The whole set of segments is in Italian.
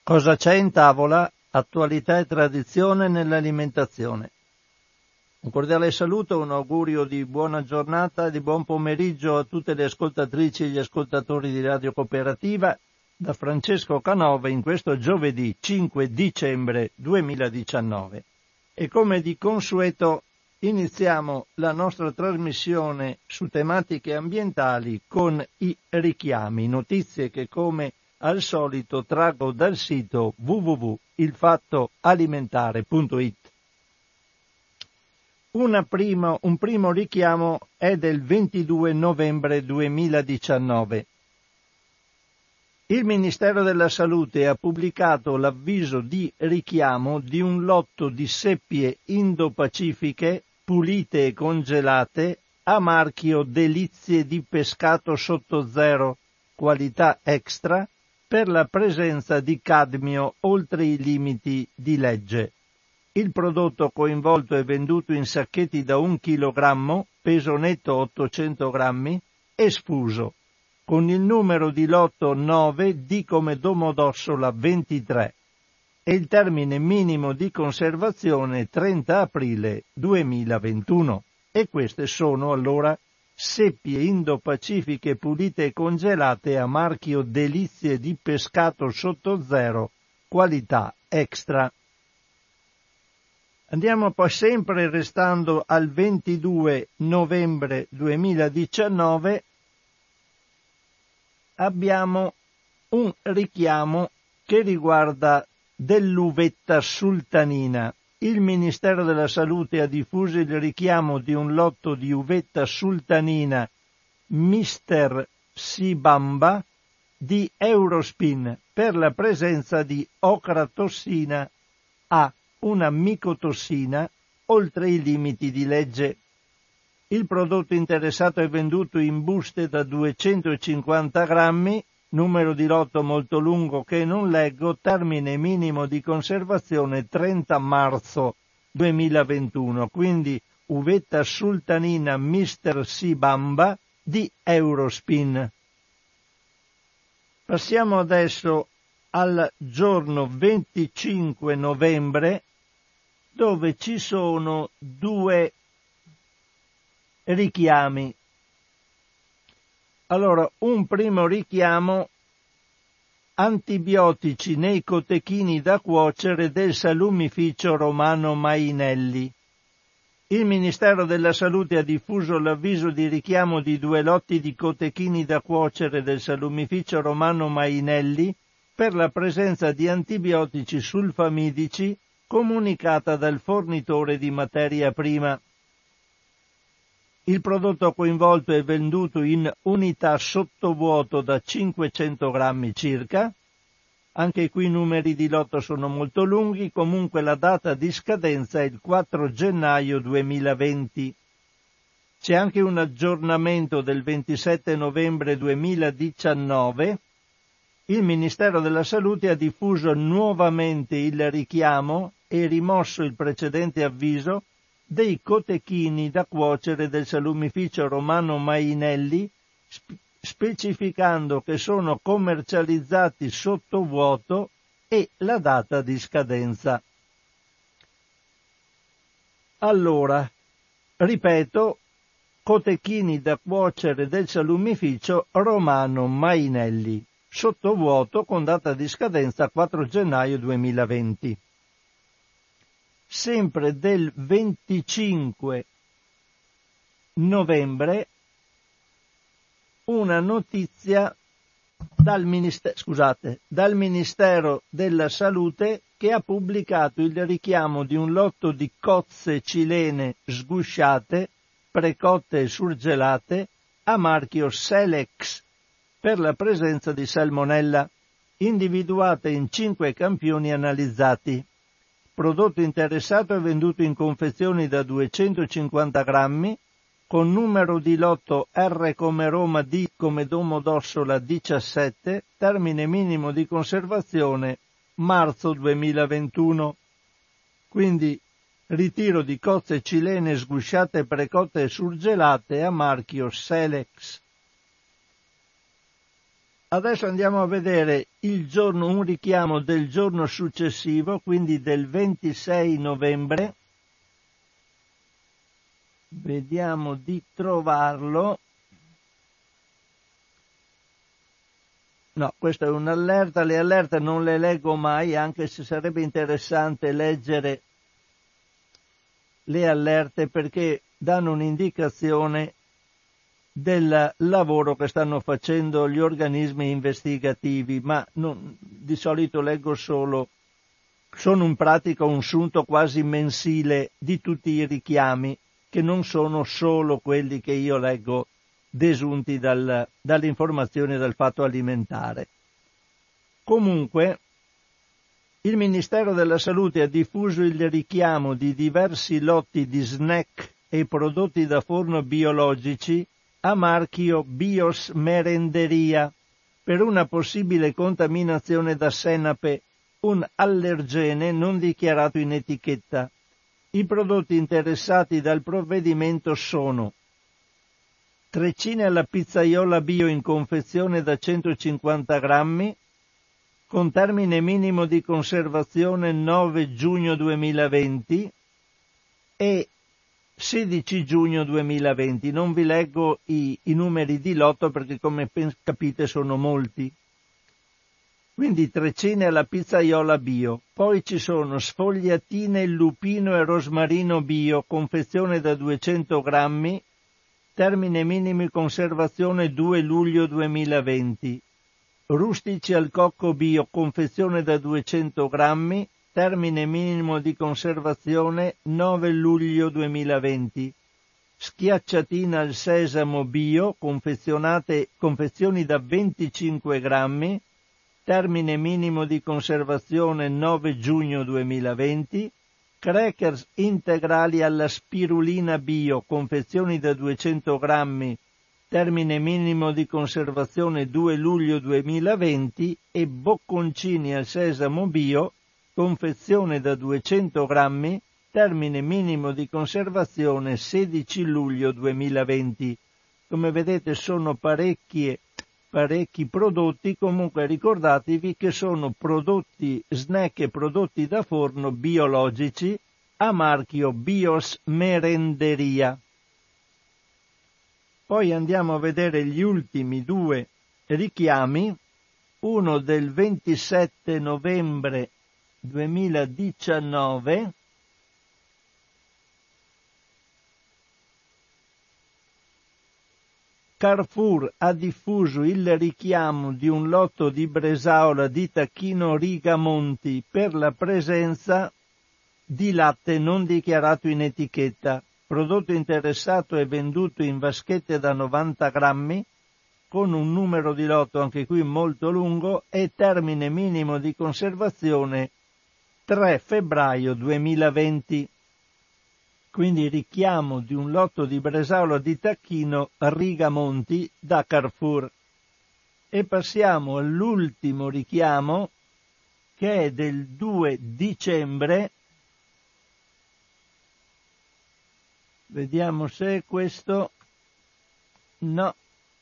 Cosa c'è in tavola? Attualità e tradizione nell'alimentazione. Un cordiale saluto, un augurio di buona giornata e di buon pomeriggio a tutte le ascoltatrici e gli ascoltatori di Radio Cooperativa da Francesco Canova in questo giovedì 5 dicembre 2019. E come di consueto iniziamo la nostra trasmissione su tematiche ambientali con i richiami, notizie che come al solito traggo dal sito www.ilfattoalimentare.it. Un primo richiamo è del 22 novembre 2019. Il Ministero della Salute ha pubblicato l'avviso di richiamo di un lotto di seppie indo-pacifiche pulite e congelate a marchio Delizie di pescato sotto zero, qualità extra, per la presenza di cadmio oltre i limiti di legge. Il prodotto coinvolto è venduto in sacchetti da 1 chilogrammo, peso netto 800 grammi, e sfuso, con il numero di lotto 9 D come Domodossola 23 e il termine minimo di conservazione 30 aprile 2021. E queste sono allora seppie indo-pacifiche pulite e congelate a marchio Delizie di pescato sotto zero, qualità extra. Andiamo poi sempre restando al 22 novembre 2019, abbiamo un richiamo che riguarda dell'uvetta sultanina. Il Ministero della Salute ha diffuso il richiamo di un lotto di uvetta sultanina Mr. Sibamba di Eurospin per la presenza di ocratossina A, una micotossina oltre i limiti di legge. Il prodotto interessato è venduto in buste da 250 grammi, numero di lotto molto lungo che non leggo, termine minimo di conservazione 30 marzo 2021, quindi uvetta sultanina Mr. Sibamba di Eurospin. Passiamo adesso al giorno 25 novembre, dove ci sono due richiami. Allora, un primo richiamo: antibiotici nei cotechini da cuocere del salumificio Romano Mainelli. Il Ministero della Salute ha diffuso l'avviso di richiamo di 2 lotti di cotechini da cuocere del salumificio Romano Mainelli per la presenza di antibiotici sulfamidici comunicata dal fornitore di materia prima. Il prodotto coinvolto è venduto in unità sottovuoto da 500 grammi circa. Anche qui i numeri di lotto sono molto lunghi, comunque la data di scadenza è il 4 gennaio 2020. C'è anche un aggiornamento del 27 novembre 2019. Il Ministero della Salute ha diffuso nuovamente il richiamo e rimosso il precedente avviso dei cotechini da cuocere del salumificio Romano Mainelli, specificando che sono commercializzati sotto vuoto e la data di scadenza. Allora, ripeto, cotechini da cuocere del salumificio Romano Mainelli, sotto vuoto con data di scadenza 4 gennaio 2020. Sempre del 25 novembre una notizia dal Ministero della Salute, che ha pubblicato il richiamo di un lotto di cozze cilene sgusciate, precotte e surgelate a marchio Selex per la presenza di salmonella, individuate in 5 campioni analizzati. Prodotto interessato è venduto in confezioni da 250 grammi, con numero di lotto R come Roma, D come Domodossola 17, termine minimo di conservazione marzo 2021. Quindi ritiro di cozze cilene sgusciate, precotte e surgelate a marchio Selex. Adesso andiamo a vedere un richiamo del giorno successivo, quindi del 26 novembre. Vediamo di trovarlo. No, questa è un'allerta. Le allerte non le leggo mai, anche se sarebbe interessante leggere le allerte perché danno un'indicazione del lavoro che stanno facendo gli organismi investigativi, ma di solito leggo sono in pratica un sunto quasi mensile di tutti i richiami, che non sono solo quelli che io leggo desunti dalle informazioni del fatto alimentare. Comunque, il Ministero della Salute ha diffuso il richiamo di diversi lotti di snack e prodotti da forno biologici a marchio Bios Merenderia per una possibile contaminazione da senape, un allergene non dichiarato in etichetta. I prodotti interessati dal provvedimento sono: treccine alla pizzaiola bio in confezione da 150 grammi, con termine minimo di conservazione 9 giugno 2020 e 16 giugno 2020. Non vi leggo i numeri di lotto perché, come capite, sono molti. Quindi treccine alla pizzaiola bio. Poi ci sono sfogliatine, lupino e rosmarino bio, confezione da 200 grammi, termine minimo di conservazione 2 luglio 2020. Rustici al cocco bio, confezione da 200 grammi, termine minimo di conservazione 9 luglio 2020. Schiacciatina al sesamo bio, confezioni da 25 grammi, termine minimo di conservazione 9 giugno 2020. Crackers integrali alla spirulina bio, confezioni da 200 grammi, termine minimo di conservazione 2 luglio 2020 e bocconcini al sesamo bio, confezione da 200 grammi, termine minimo di conservazione 16 luglio 2020. Come vedete sono parecchi prodotti. Comunque ricordatevi che sono prodotti snack e prodotti da forno biologici a marchio Bios Merenderia. Poi andiamo a vedere gli ultimi due richiami, uno del 27 novembre 2019, Carrefour ha diffuso il richiamo di un lotto di bresaola di tacchino Rigamonti per la presenza di latte non dichiarato in etichetta. Prodotto interessato è venduto in vaschette da 90 grammi, con un numero di lotto anche qui molto lungo e termine minimo di conservazione 3 febbraio 2020. Quindi richiamo di un lotto di bresaola di tacchino Rigamonti da Carrefour. E passiamo all'ultimo richiamo, che è del 2 dicembre. Vediamo se è questo. No.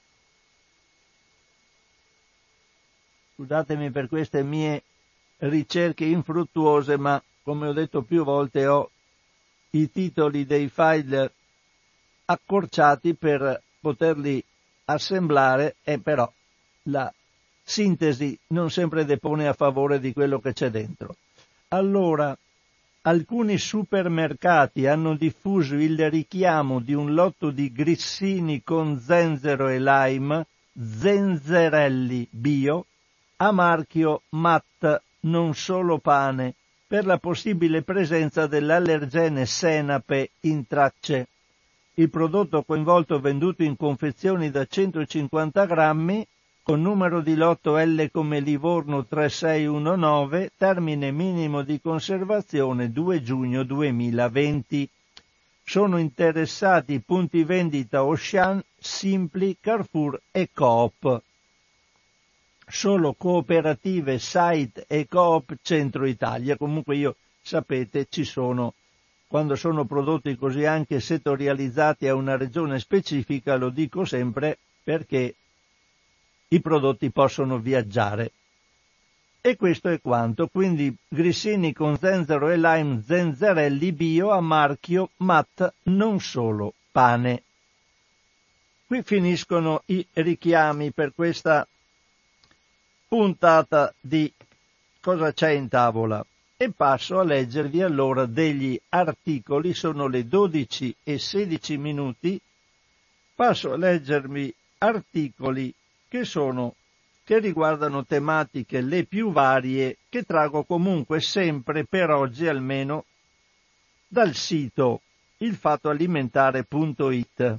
Scusatemi per queste mie ricerche infruttuose, ma come ho detto più volte ho i titoli dei file accorciati per poterli assemblare, e però la sintesi non sempre depone a favore di quello che c'è dentro. Allora, alcuni supermercati hanno diffuso il richiamo di un lotto di grissini con zenzero e lime, Zenzerelli bio, a marchio Matt, non solo pane, per la possibile presenza dell'allergene senape in tracce. Il prodotto coinvolto venduto in confezioni da 150 grammi, con numero di lotto L come Livorno 3619, termine minimo di conservazione 2 giugno 2020. Sono interessati punti vendita Auchan, Simply, Carrefour e Coop. Solo cooperative, site e Coop Centro Italia. Comunque io, sapete, ci sono, quando sono prodotti così anche settorializzati a una regione specifica, lo dico sempre perché i prodotti possono viaggiare. E questo è quanto, quindi grissini con zenzero e lime zenzerelli bio a marchio Matt, non solo pane. Qui finiscono i richiami per questa puntata di Cosa c'è in tavola e passo a leggervi allora degli articoli. Sono le 12:16, passo a leggervi articoli che riguardano tematiche le più varie, che trago comunque sempre per oggi almeno dal sito ilfattoalimentare.it.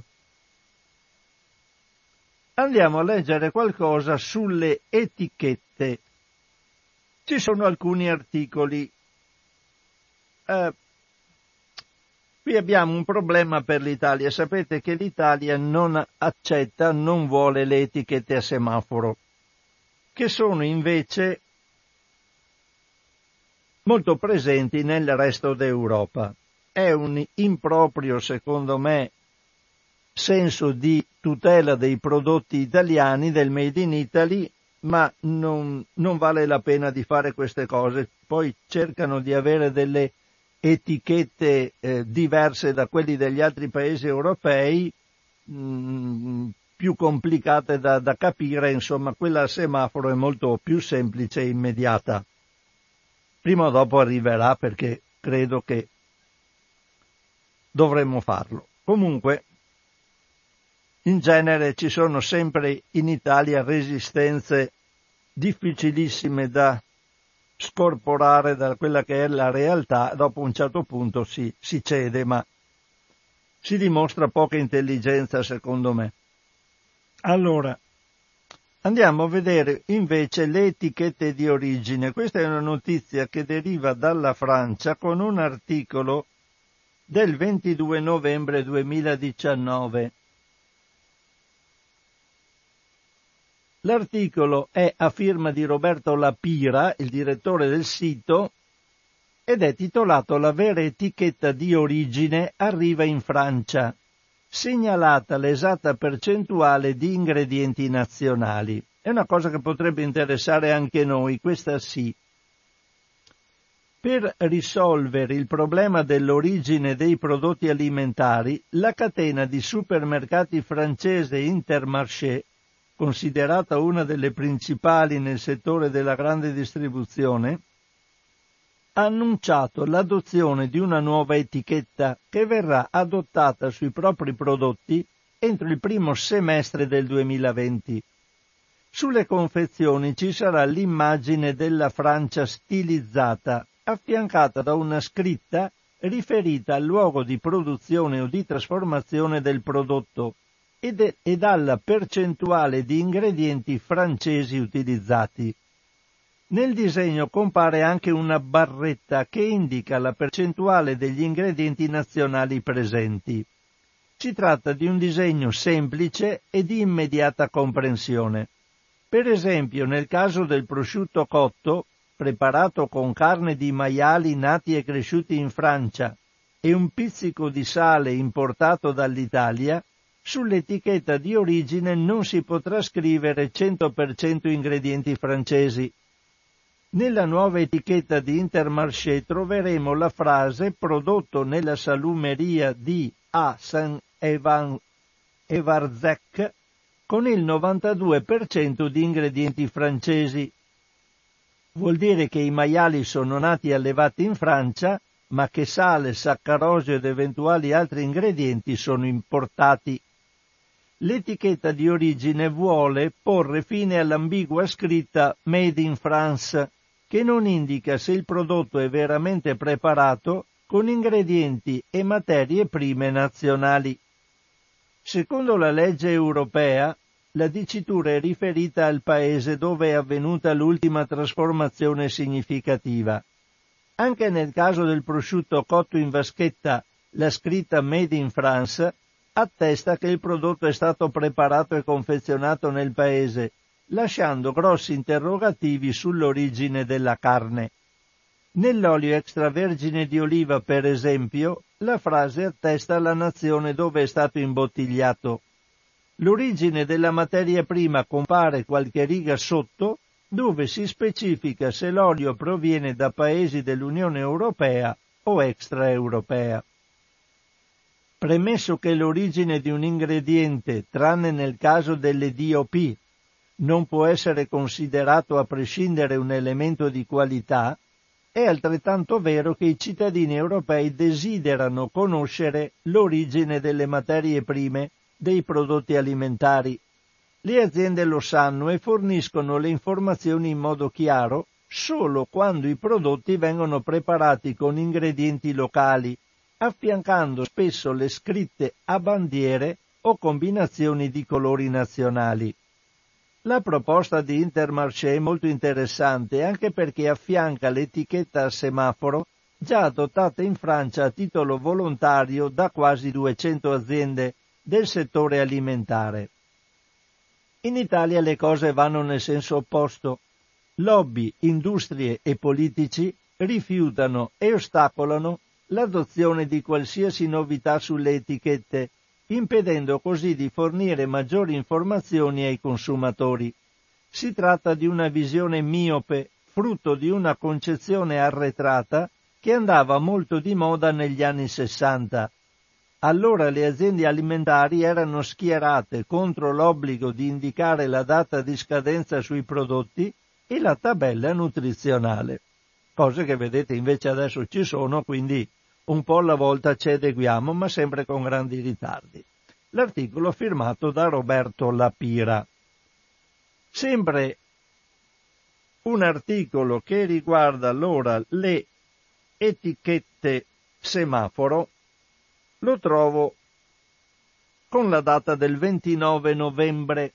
Andiamo a leggere qualcosa sulle etichette. Ci sono alcuni articoli. Qui abbiamo un problema per l'Italia. Sapete che l'Italia non vuole le etichette a semaforo, che sono invece molto presenti nel resto d'Europa. È un improprio, secondo me, senso di tutela dei prodotti italiani, del Made in Italy, ma non vale la pena di fare queste cose. Poi cercano di avere delle etichette diverse da quelli degli altri paesi europei, più complicate da capire. Insomma, quella a semaforo è molto più semplice e immediata. Prima o dopo arriverà, perché credo che dovremmo farlo. Comunque, in genere ci sono sempre in Italia resistenze difficilissime da scorporare da quella che è la realtà. Dopo un certo punto si cede, ma si dimostra poca intelligenza, secondo me. Allora, andiamo a vedere invece le etichette di origine. Questa è una notizia che deriva dalla Francia, con un articolo del 22 novembre 2019. L'articolo è a firma di Roberto Lapira, il direttore del sito, ed è titolato "La vera etichetta di origine arriva in Francia. Segnalata l'esatta percentuale di ingredienti nazionali". È una cosa che potrebbe interessare anche noi, questa sì. Per risolvere il problema dell'origine dei prodotti alimentari, la catena di supermercati francese Intermarché, considerata una delle principali nel settore della grande distribuzione, ha annunciato l'adozione di una nuova etichetta che verrà adottata sui propri prodotti entro il primo semestre del 2020. Sulle confezioni ci sarà l'immagine della Francia stilizzata, affiancata da una scritta riferita al luogo di produzione o di trasformazione del prodotto ed alla percentuale di ingredienti francesi utilizzati. Nel disegno compare anche una barretta che indica la percentuale degli ingredienti nazionali presenti. Si tratta di un disegno semplice e di immediata comprensione. Per esempio, nel caso del prosciutto cotto, preparato con carne di maiali nati e cresciuti in Francia e un pizzico di sale importato dall'Italia, sull'etichetta di origine non si potrà scrivere 100% ingredienti francesi. Nella nuova etichetta di Intermarché troveremo la frase "prodotto nella salumeria di A. Saint-Évarzec" con il 92% di ingredienti francesi. Vuol dire che i maiali sono nati e allevati in Francia, ma che sale, saccarosio ed eventuali altri ingredienti sono importati. L'etichetta di origine vuole porre fine all'ambigua scritta "Made in France", che non indica se il prodotto è veramente preparato con ingredienti e materie prime nazionali. Secondo la legge europea, la dicitura è riferita al paese dove è avvenuta l'ultima trasformazione significativa. Anche nel caso del prosciutto cotto in vaschetta, la scritta "Made in France" attesta che il prodotto è stato preparato e confezionato nel paese, lasciando grossi interrogativi sull'origine della carne. Nell'olio extravergine di oliva, per esempio, la frase attesta la nazione dove è stato imbottigliato. L'origine della materia prima compare qualche riga sotto, dove si specifica se l'olio proviene da paesi dell'Unione Europea o extraeuropea. Premesso che l'origine di un ingrediente, tranne nel caso delle DOP, non può essere considerato a prescindere un elemento di qualità, è altrettanto vero che i cittadini europei desiderano conoscere l'origine delle materie prime dei prodotti alimentari. Le aziende lo sanno e forniscono le informazioni in modo chiaro solo quando i prodotti vengono preparati con ingredienti locali, affiancando spesso le scritte a bandiere o combinazioni di colori nazionali. La proposta di Intermarché è molto interessante anche perché affianca l'etichetta a semaforo già adottata in Francia a titolo volontario da quasi 200 aziende del settore alimentare. In Italia le cose vanno nel senso opposto. Lobby, industrie e politici rifiutano e ostacolano l'adozione di qualsiasi novità sulle etichette, impedendo così di fornire maggiori informazioni ai consumatori. Si tratta di una visione miope, frutto di una concezione arretrata che andava molto di moda negli anni 60. Allora le aziende alimentari erano schierate contro l'obbligo di indicare la data di scadenza sui prodotti e la tabella nutrizionale. Cose che vedete invece adesso ci sono, quindi un po' alla volta ci adeguiamo, ma sempre con grandi ritardi. L'articolo firmato da Roberto Lapira. Sempre un articolo che riguarda allora le etichette semaforo, lo trovo con la data del 29 novembre.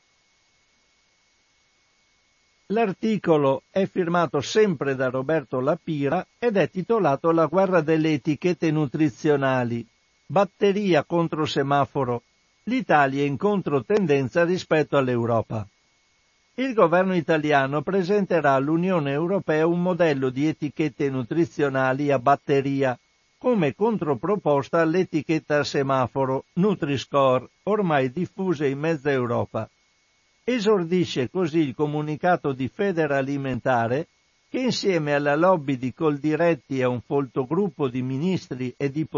L'articolo è firmato sempre da Roberto Lapira ed è titolato La guerra delle etichette nutrizionali. Batteria contro semaforo. L'Italia in controtendenza rispetto all'Europa. Il governo italiano presenterà all'Unione Europea un modello di etichette nutrizionali a batteria, come controproposta all'etichetta a semaforo Nutri-Score, ormai diffusa in mezza Europa. Esordisce così il comunicato di Federalimentare che insieme alla lobby di Coldiretti e a un folto gruppo di ministeri e di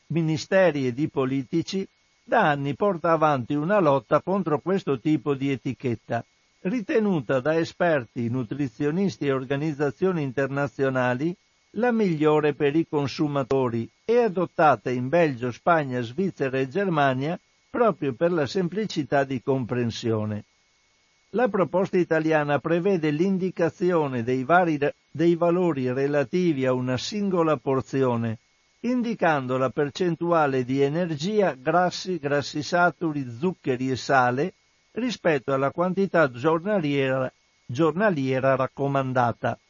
politici da anni porta avanti una lotta contro questo tipo di etichetta, ritenuta da esperti, nutrizionisti e organizzazioni internazionali la migliore per i consumatori e adottata in Belgio, Spagna, Svizzera e Germania proprio per la semplicità di comprensione. La proposta italiana prevede l'indicazione dei valori relativi a una singola porzione, indicando la percentuale di energia, grassi saturi, zuccheri e sale rispetto alla quantità giornaliera raccomandata.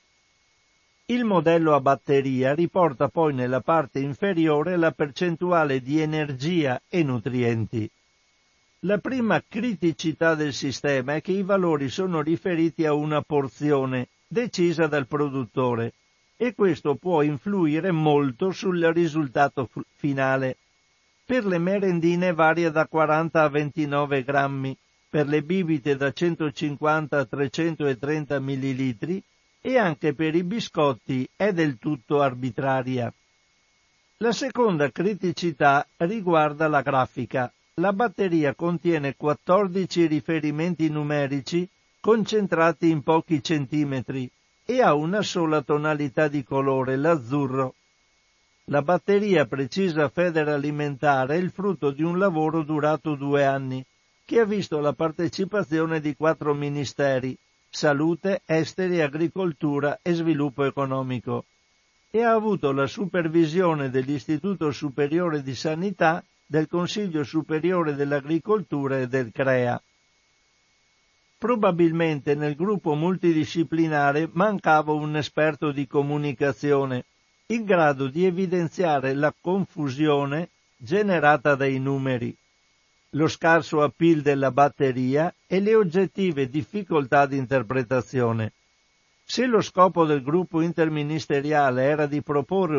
Il modello a batteria riporta poi nella parte inferiore la percentuale di energia e nutrienti. La prima criticità del sistema è che i valori sono riferiti a una porzione decisa dal produttore e questo può influire molto sul risultato finale. Per le merendine varia da 40 a 29 grammi, per le bibite da 150 a 330 millilitri e anche per i biscotti è del tutto arbitraria. La seconda criticità riguarda la grafica. La batteria contiene 14 riferimenti numerici concentrati in pochi centimetri e ha una sola tonalità di colore, l'azzurro. La batteria precisa Federalimentare è il frutto di un lavoro durato 2 anni, che ha visto la partecipazione di 4 ministeri, Salute, Esteri, Agricoltura e Sviluppo Economico, e ha avuto la supervisione dell'Istituto Superiore di Sanità, del Consiglio Superiore dell'Agricoltura e del CREA. Probabilmente nel gruppo multidisciplinare mancava un esperto di comunicazione, in grado di evidenziare la confusione generata dai numeri, lo scarso appeal della batteria e le oggettive difficoltà di interpretazione. Se lo scopo del gruppo interministeriale era di proporre un nuovo modello di etichetta nutrizionale incomprensibile ai più,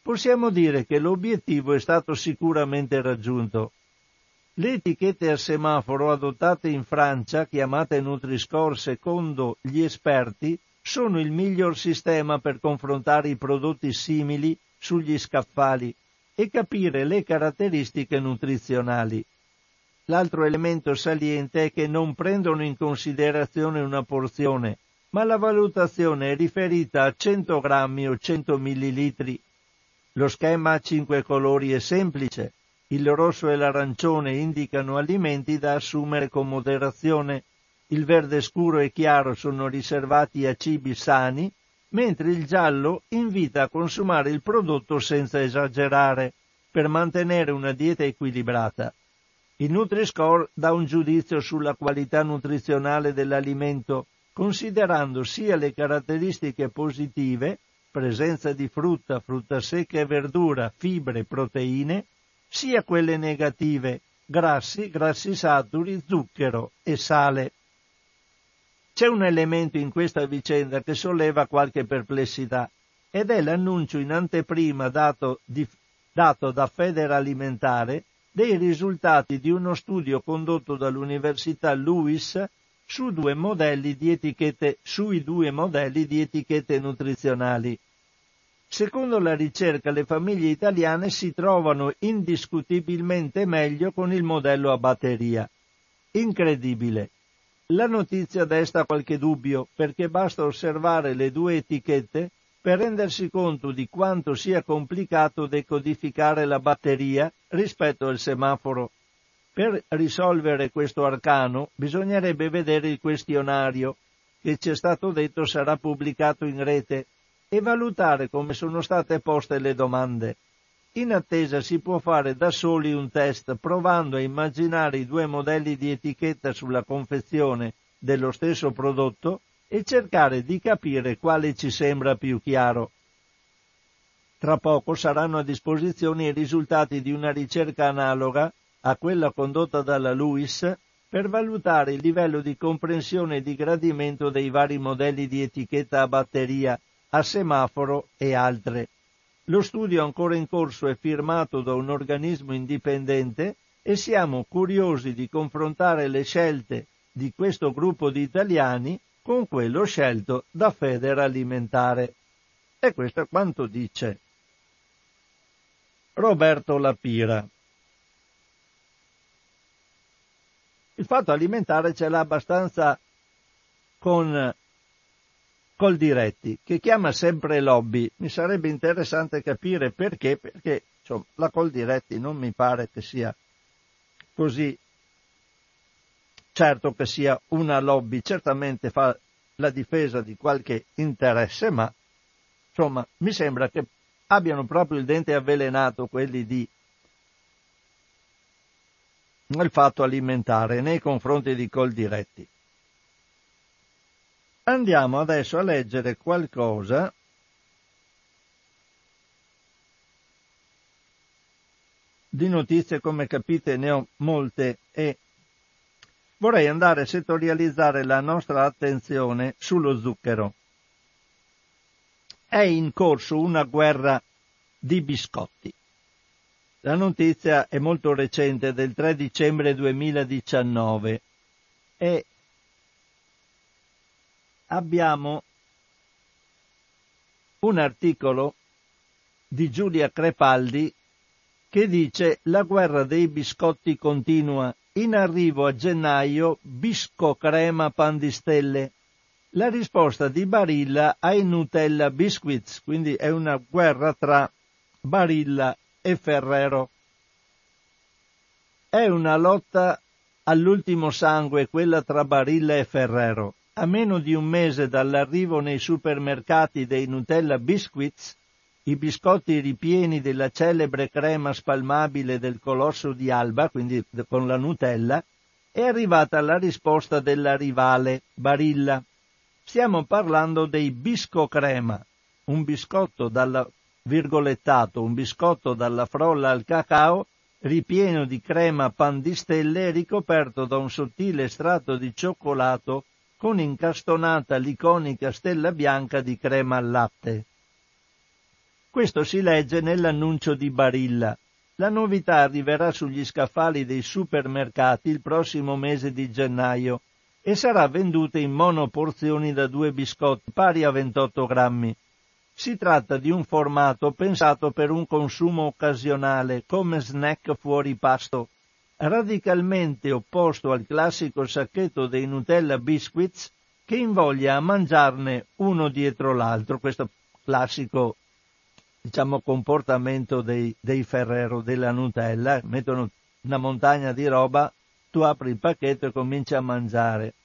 possiamo dire che l'obiettivo è stato sicuramente raggiunto. Le etichette a semaforo adottate in Francia, chiamate Nutri-Score secondo gli esperti, sono il miglior sistema per confrontare i prodotti simili sugli scaffali e capire le caratteristiche nutrizionali. L'altro elemento saliente è che non prendono in considerazione una porzione, ma la valutazione è riferita a 100 grammi o 100 millilitri. Lo schema a 5 colori è semplice. Il rosso e l'arancione indicano alimenti da assumere con moderazione, il verde scuro e chiaro sono riservati a cibi sani, mentre il giallo invita a consumare il prodotto senza esagerare, per mantenere una dieta equilibrata. Il Nutri-Score dà un giudizio sulla qualità nutrizionale dell'alimento, considerando sia le caratteristiche positive, presenza di frutta, frutta secca e verdura, fibre, proteine, sia quelle negative, grassi, grassi saturi, zucchero e sale. C'è un elemento in questa vicenda che solleva qualche perplessità, ed è l'annuncio in anteprima dato da Federalimentare dei risultati di uno studio condotto dall'Università Lewis sui due modelli di etichette nutrizionali. Secondo la ricerca, le famiglie italiane si trovano indiscutibilmente meglio con il modello a batteria. Incredibile. La notizia desta qualche dubbio, perché basta osservare le due etichette per rendersi conto di quanto sia complicato decodificare la batteria rispetto al semaforo. Per risolvere questo arcano bisognerebbe vedere il questionario, che ci è stato detto sarà pubblicato in rete, e valutare come sono state poste le domande. In attesa si può fare da soli un test provando a immaginare i due modelli di etichetta sulla confezione dello stesso prodotto e cercare di capire quale ci sembra più chiaro. Tra poco saranno a disposizione i risultati di una ricerca analoga a quella condotta dalla Lewis per valutare il livello di comprensione e di gradimento dei vari modelli di etichetta a batteria, a semaforo e altre. Lo studio ancora in corso è firmato da un organismo indipendente e siamo curiosi di confrontare le scelte di questo gruppo di italiani con quello scelto da Federalimentare. E questo è quanto dice Roberto Lapira. Il Fatto Alimentare ce l'ha abbastanza con Coldiretti, che chiama sempre lobby. Mi sarebbe interessante capire perché, insomma, la Coldiretti non mi pare che sia così certo che sia una lobby, certamente fa la difesa di qualche interesse, ma insomma mi sembra che abbiano proprio il dente avvelenato quelli di Il Fatto Alimentare nei confronti di Coldiretti. Andiamo adesso a leggere qualcosa di notizie, come capite ne ho molte e vorrei andare a settorializzare la nostra attenzione sullo zucchero. È in corso una guerra di biscotti. La notizia è molto recente, del 3 dicembre 2019, e abbiamo un articolo di Giulia Crepaldi che dice: la guerra dei biscotti continua, in arrivo a gennaio Bisco Crema Pan di Stelle, la risposta di Barilla ai Nutella Biscuits, quindi è una guerra tra Barilla e Ferrero. È una lotta all'ultimo sangue quella tra Barilla e Ferrero. A meno di un mese dall'arrivo nei supermercati dei Nutella Biscuits, i biscotti ripieni della celebre crema spalmabile del colosso di Alba, quindi con la Nutella, è arrivata la risposta della rivale, Barilla. Stiamo parlando dei Bisco Crema, un biscotto un biscotto dalla frolla al cacao, ripieno di crema Pan di Stelle e ricoperto da un sottile strato di cioccolato con incastonata l'iconica stella bianca di crema al latte. Questo si legge nell'annuncio di Barilla. La novità arriverà sugli scaffali dei supermercati il prossimo mese di gennaio e sarà venduta in monoporzioni da 2 biscotti pari a 28 grammi. Si tratta di un formato pensato per un consumo occasionale, come snack fuori pasto, radicalmente opposto al classico sacchetto dei Nutella Biscuits che invoglia a mangiarne uno dietro l'altro, questo classico comportamento dei Ferrero, della Nutella, mettono una montagna di roba, tu apri il pacchetto e cominci a mangiare.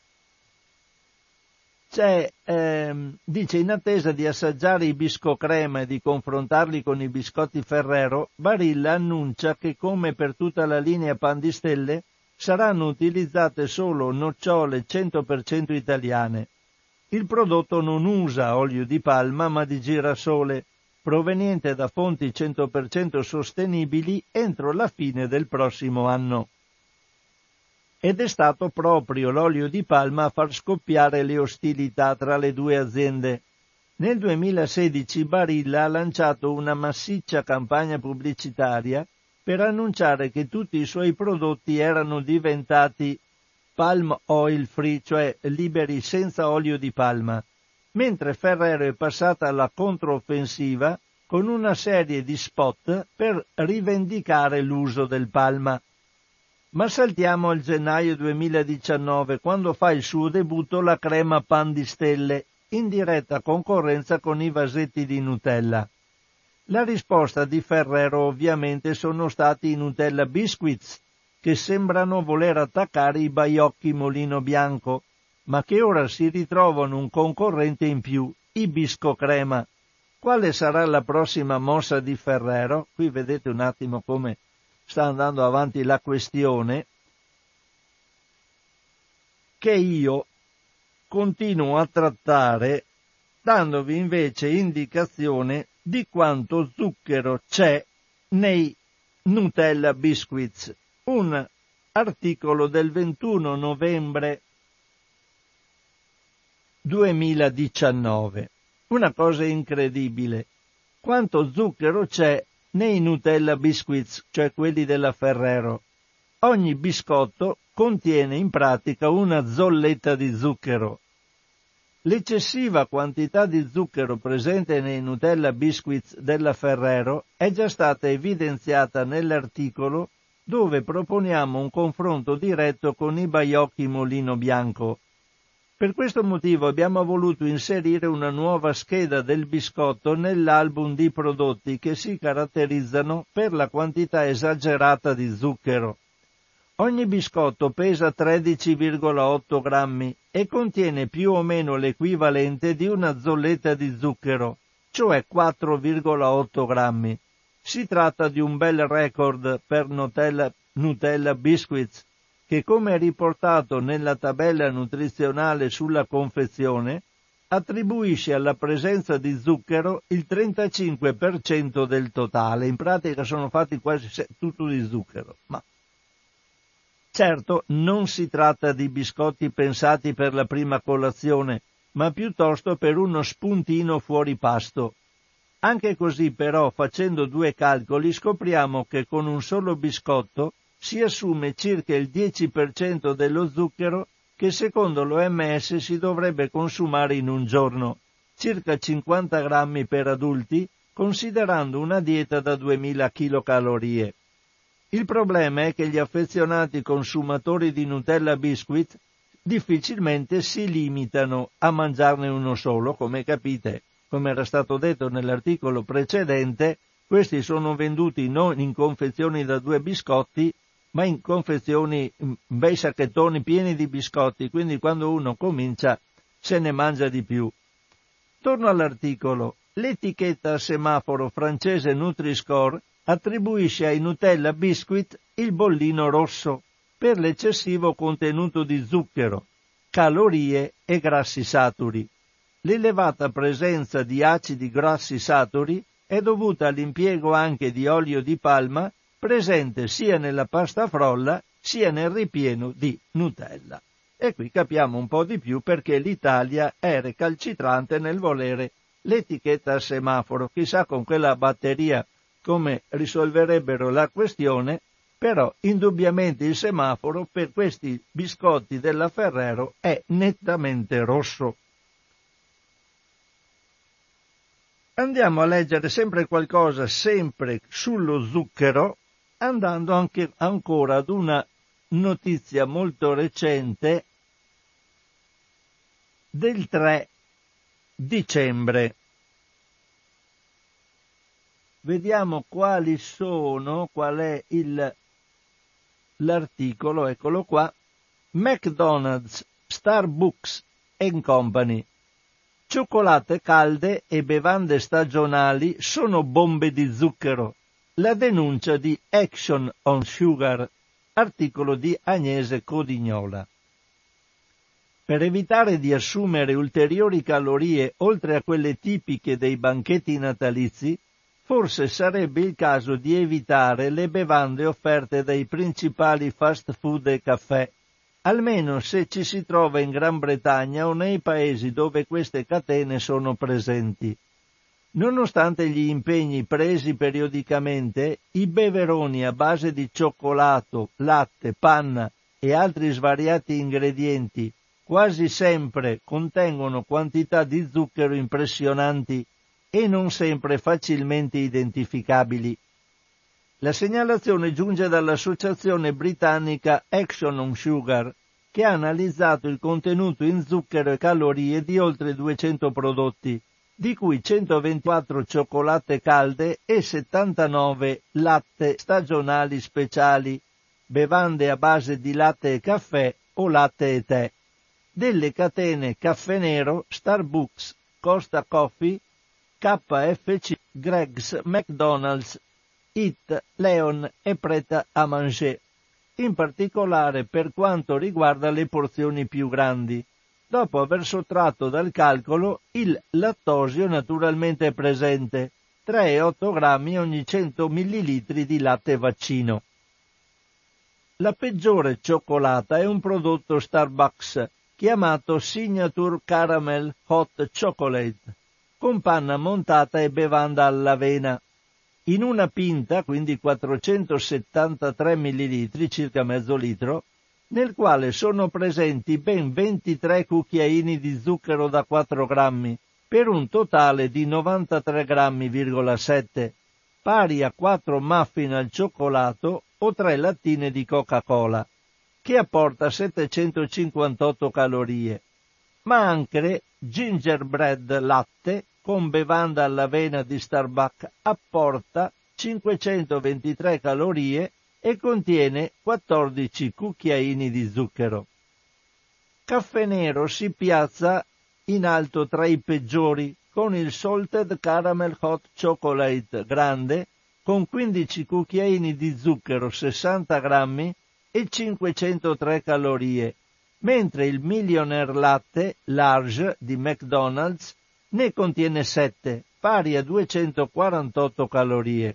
Dice, in attesa di assaggiare i biscocrema e di confrontarli con i biscotti Ferrero, Barilla annuncia che, come per tutta la linea pan di stelle, saranno utilizzate solo nocciole 100% italiane. Il prodotto non usa olio di palma ma di girasole, proveniente da fonti 100% sostenibili entro la fine del prossimo anno. Ed è stato proprio l'olio di palma a far scoppiare le ostilità tra le due aziende. Nel 2016 Barilla ha lanciato una massiccia campagna pubblicitaria per annunciare che tutti i suoi prodotti erano diventati palm oil free, cioè liberi senza olio di palma, mentre Ferrero è passata alla controffensiva con una serie di spot per rivendicare l'uso del palma. Ma saltiamo al gennaio 2019, quando fa il suo debutto la crema pan di stelle, in diretta concorrenza con i vasetti di Nutella. La risposta di Ferrero ovviamente sono stati i Nutella Biscuits, che sembrano voler attaccare i baiocchi Molino Bianco, ma che ora si ritrovano un concorrente in più, i Biscocrema. Quale sarà la prossima mossa di Ferrero? Qui vedete un attimo come sta andando avanti la questione, che io continuo a trattare, dandovi invece indicazione di quanto zucchero c'è nei Nutella Biscuits. Un articolo del 21 novembre 2019. Una cosa incredibile. Quanto zucchero c'è nei Nutella Biscuits, cioè quelli della Ferrero. Ogni biscotto contiene in pratica una zolletta di zucchero. L'eccessiva quantità di zucchero presente nei Nutella Biscuits della Ferrero è già stata evidenziata nell'articolo dove proponiamo un confronto diretto con i baiocchi Molino Bianco. Per questo motivo abbiamo voluto inserire una nuova scheda del biscotto nell'album di prodotti che si caratterizzano per la quantità esagerata di zucchero. Ogni biscotto pesa 13,8 grammi e contiene più o meno l'equivalente di una zolletta di zucchero, cioè 4,8 grammi. Si tratta di un bel record per Nutella Biscuits, che, come riportato nella tabella nutrizionale sulla confezione, attribuisce alla presenza di zucchero il 35% del totale. In pratica sono fatti quasi tutto di zucchero. Ma certo non si tratta di biscotti pensati per la prima colazione, ma piuttosto per uno spuntino fuori pasto. Anche così però, facendo 2 calcoli, scopriamo che con un solo biscotto si assume circa il 10% dello zucchero che secondo l'OMS si dovrebbe consumare in un giorno, circa 50 grammi per adulti, considerando una dieta da 2000 kcal. Il problema è che gli affezionati consumatori di Nutella Biscuit difficilmente si limitano a mangiarne uno solo, come capite, come era stato detto nell'articolo precedente, questi sono venduti non in confezioni da 2 biscotti, ma in confezioni, bei sacchettoni pieni di biscotti, quindi quando uno comincia se ne mangia di più. Torno all'articolo. L'etichetta a semaforo francese Nutri-Score attribuisce ai Nutella Biscuit il bollino rosso per l'eccessivo contenuto di zucchero, calorie e grassi saturi. L'elevata presenza di acidi grassi saturi è dovuta all'impiego anche di olio di palma presente sia nella pasta frolla sia nel ripieno di Nutella. E qui capiamo un po' di più perché l'Italia è recalcitrante nel volere l'etichetta a semaforo. Chissà con quella batteria come risolverebbero la questione, però indubbiamente il semaforo per questi biscotti della Ferrero è nettamente rosso. Andiamo a leggere sempre qualcosa, sempre sullo zucchero, andando anche ancora ad una notizia molto recente del 3 dicembre. Vediamo qual è l'articolo, eccolo qua. McDonald's, Starbucks & Company. Cioccolate calde e bevande stagionali sono bombe di zucchero. La denuncia di Action on Sugar, articolo di Agnese Codignola. Per evitare di assumere ulteriori calorie oltre a quelle tipiche dei banchetti natalizi, forse sarebbe il caso di evitare le bevande offerte dai principali fast food e caffè, almeno se ci si trova in Gran Bretagna o nei paesi dove queste catene sono presenti. Nonostante gli impegni presi periodicamente, i beveroni a base di cioccolato, latte, panna e altri svariati ingredienti quasi sempre contengono quantità di zucchero impressionanti e non sempre facilmente identificabili. La segnalazione giunge dall'associazione britannica Action on Sugar, che ha analizzato il contenuto in zucchero e calorie di oltre 200 prodotti, di cui 124 cioccolate calde e 79 latte stagionali speciali, bevande a base di latte e caffè o latte e tè, delle catene Caffè Nero, Starbucks, Costa Coffee, KFC, Greg's, McDonald's, Eat, Leon e Pret a Manger, in particolare per quanto riguarda le porzioni più grandi, dopo aver sottratto dal calcolo il lattosio naturalmente presente, 3,8 grammi ogni 100 millilitri di latte vaccino. La peggiore cioccolata è un prodotto Starbucks, chiamato Signature Caramel Hot Chocolate, con panna montata e bevanda all'avena. In una pinta, quindi 473 millilitri, circa mezzo litro, nel quale sono presenti ben 23 cucchiaini di zucchero da 4 grammi, per un totale di 93,7 grammi, pari a 4 muffin al cioccolato o 3 lattine di Coca-Cola, che apporta 758 calorie, ma anche gingerbread latte con bevanda all'avena di Starbucks apporta 523 calorie e contiene 14 cucchiaini di zucchero. Caffè Nero si piazza in alto tra i peggiori con il Salted Caramel Hot Chocolate grande con 15 cucchiaini di zucchero, 60 grammi e 503 calorie, mentre il Millionaire Latte Large di McDonald's ne contiene 7, pari a 248 calorie.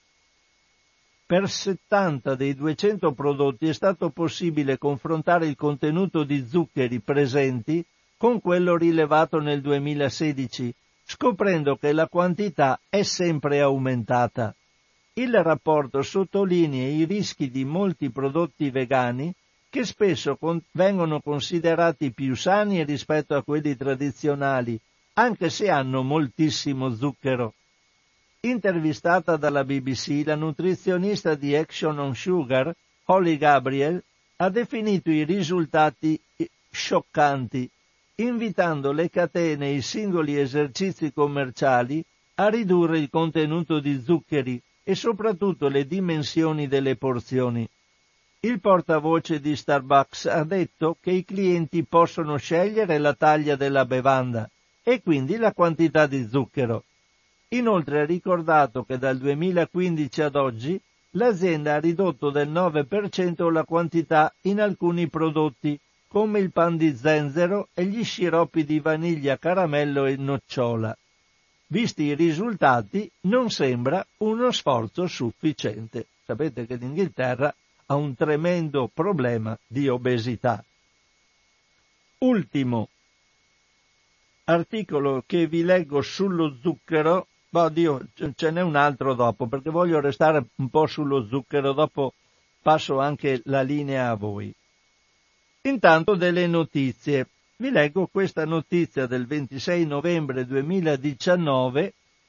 Per 70 dei 200 prodotti è stato possibile confrontare il contenuto di zuccheri presenti con quello rilevato nel 2016, scoprendo che la quantità è sempre aumentata. Il rapporto sottolinea i rischi di molti prodotti vegani che spesso vengono considerati più sani rispetto a quelli tradizionali, anche se hanno moltissimo zucchero. Intervistata dalla BBC, la nutrizionista di Action on Sugar, Holly Gabriel, ha definito i risultati scioccanti, invitando le catene e i singoli esercizi commerciali a ridurre il contenuto di zuccheri e soprattutto le dimensioni delle porzioni. Il portavoce di Starbucks ha detto che i clienti possono scegliere la taglia della bevanda e quindi la quantità di zucchero. Inoltre ha ricordato che dal 2015 ad oggi l'azienda ha ridotto del 9% la quantità in alcuni prodotti, come il pan di zenzero e gli sciroppi di vaniglia, caramello e nocciola. Visti i risultati, non sembra uno sforzo sufficiente. Sapete che l'Inghilterra ha un tremendo problema di obesità. Ultimo. articolo che vi leggo sullo zucchero. Oddio, ce n'è un altro dopo, perché voglio restare un po' sullo zucchero, dopo passo anche la linea a voi. Intanto delle notizie. Vi leggo questa notizia del 26 novembre 2019,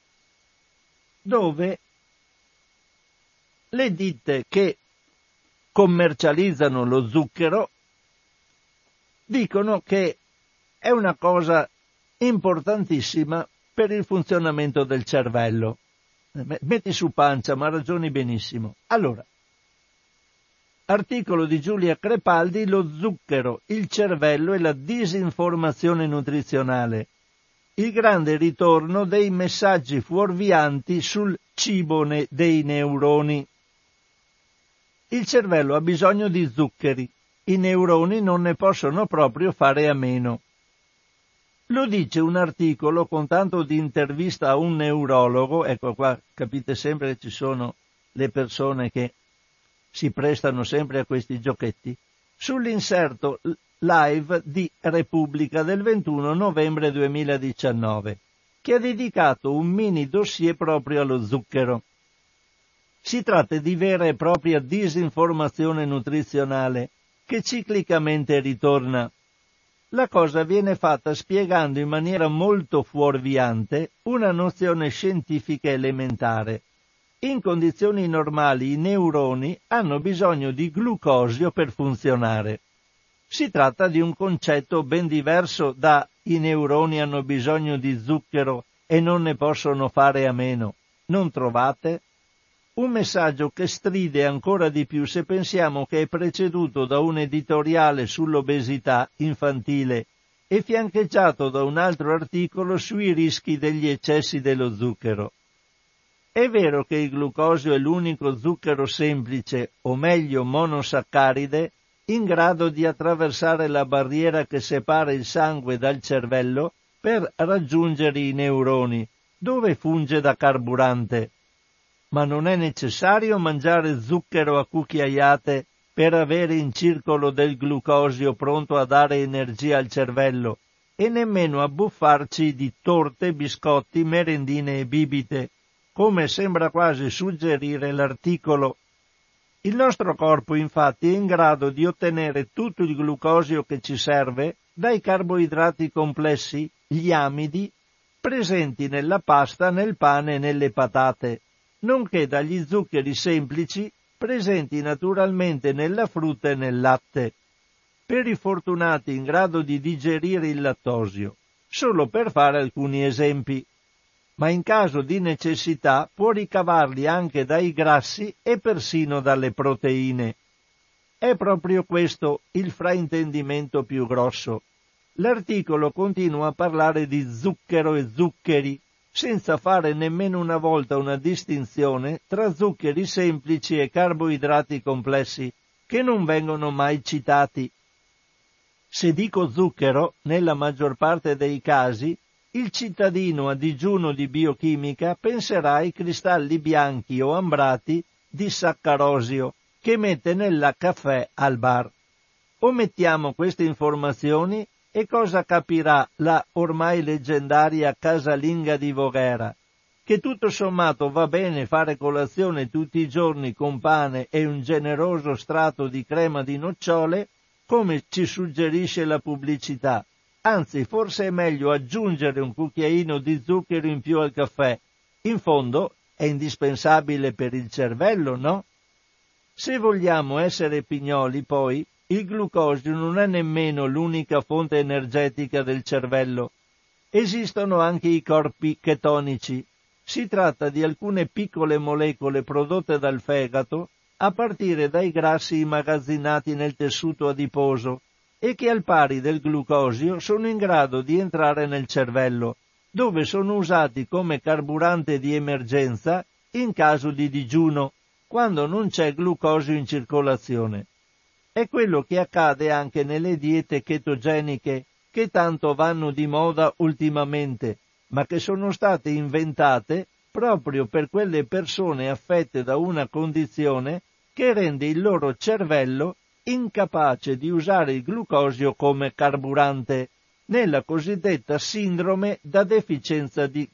dove le ditte che commercializzano lo zucchero dicono che è una cosa importantissima per il funzionamento del cervello. Metti su pancia, ma ragioni benissimo. Allora, articolo di Giulia Crepaldi, lo zucchero, il cervello e la disinformazione nutrizionale. Il grande ritorno dei messaggi fuorvianti sul cibo dei neuroni. Il cervello ha bisogno di zuccheri, i neuroni non ne possono proprio fare a meno. Lo dice un articolo con tanto di intervista a un neurologo. Ecco qua, capite sempre che ci sono le persone che si prestano sempre a questi giochetti, sull'inserto live di Repubblica del 21 novembre 2019, che ha dedicato un mini dossier proprio allo zucchero. Si tratta di vera e propria disinformazione nutrizionale che ciclicamente ritorna. La cosa viene fatta spiegando in maniera molto fuorviante una nozione scientifica elementare. In condizioni normali i neuroni hanno bisogno di glucosio per funzionare. Si tratta di un concetto ben diverso da i neuroni hanno bisogno di zucchero e non ne possono fare a meno. Non trovate? Un messaggio che stride ancora di più se pensiamo che è preceduto da un editoriale sull'obesità infantile e fiancheggiato da un altro articolo sui rischi degli eccessi dello zucchero. È vero che il glucosio è l'unico zucchero semplice, o meglio monosaccaride, in grado di attraversare la barriera che separa il sangue dal cervello per raggiungere i neuroni, dove funge da carburante. Ma non è necessario mangiare zucchero a cucchiaiate per avere in circolo del glucosio pronto a dare energia al cervello, e nemmeno abbuffarci di torte, biscotti, merendine e bibite, come sembra quasi suggerire l'articolo. Il nostro corpo infatti è in grado di ottenere tutto il glucosio che ci serve dai carboidrati complessi, gli amidi, presenti nella pasta, nel pane e nelle patate, nonché dagli zuccheri semplici presenti naturalmente nella frutta e nel latte. Per i fortunati in grado di digerire il lattosio, solo per fare alcuni esempi. Ma in caso di necessità può ricavarli anche dai grassi e persino dalle proteine. È proprio questo il fraintendimento più grosso. L'articolo continua a parlare di zucchero e zuccheri, senza fare nemmeno una volta una distinzione tra zuccheri semplici e carboidrati complessi, che non vengono mai citati. Se dico zucchero, nella maggior parte dei casi, il cittadino a digiuno di biochimica penserà ai cristalli bianchi o ambrati di saccarosio che mette nel caffè al bar. Omettiamo queste informazioni e cosa capirà la ormai leggendaria casalinga di Voghera? Che tutto sommato va bene fare colazione tutti i giorni con pane e un generoso strato di crema di nocciole, come ci suggerisce la pubblicità. Anzi, forse è meglio aggiungere un cucchiaino di zucchero in più al caffè. In fondo è indispensabile per il cervello, no? Se vogliamo essere pignoli, poi, il glucosio non è nemmeno l'unica fonte energetica del cervello. Esistono anche i corpi chetonici. Si tratta di alcune piccole molecole prodotte dal fegato a partire dai grassi immagazzinati nel tessuto adiposo e che al pari del glucosio sono in grado di entrare nel cervello, dove sono usati come carburante di emergenza in caso di digiuno, quando non c'è glucosio in circolazione. È quello che accade anche nelle diete chetogeniche, che tanto vanno di moda ultimamente, ma che sono state inventate proprio per quelle persone affette da una condizione che rende il loro cervello incapace di usare il glucosio come carburante, nella cosiddetta sindrome da deficienza di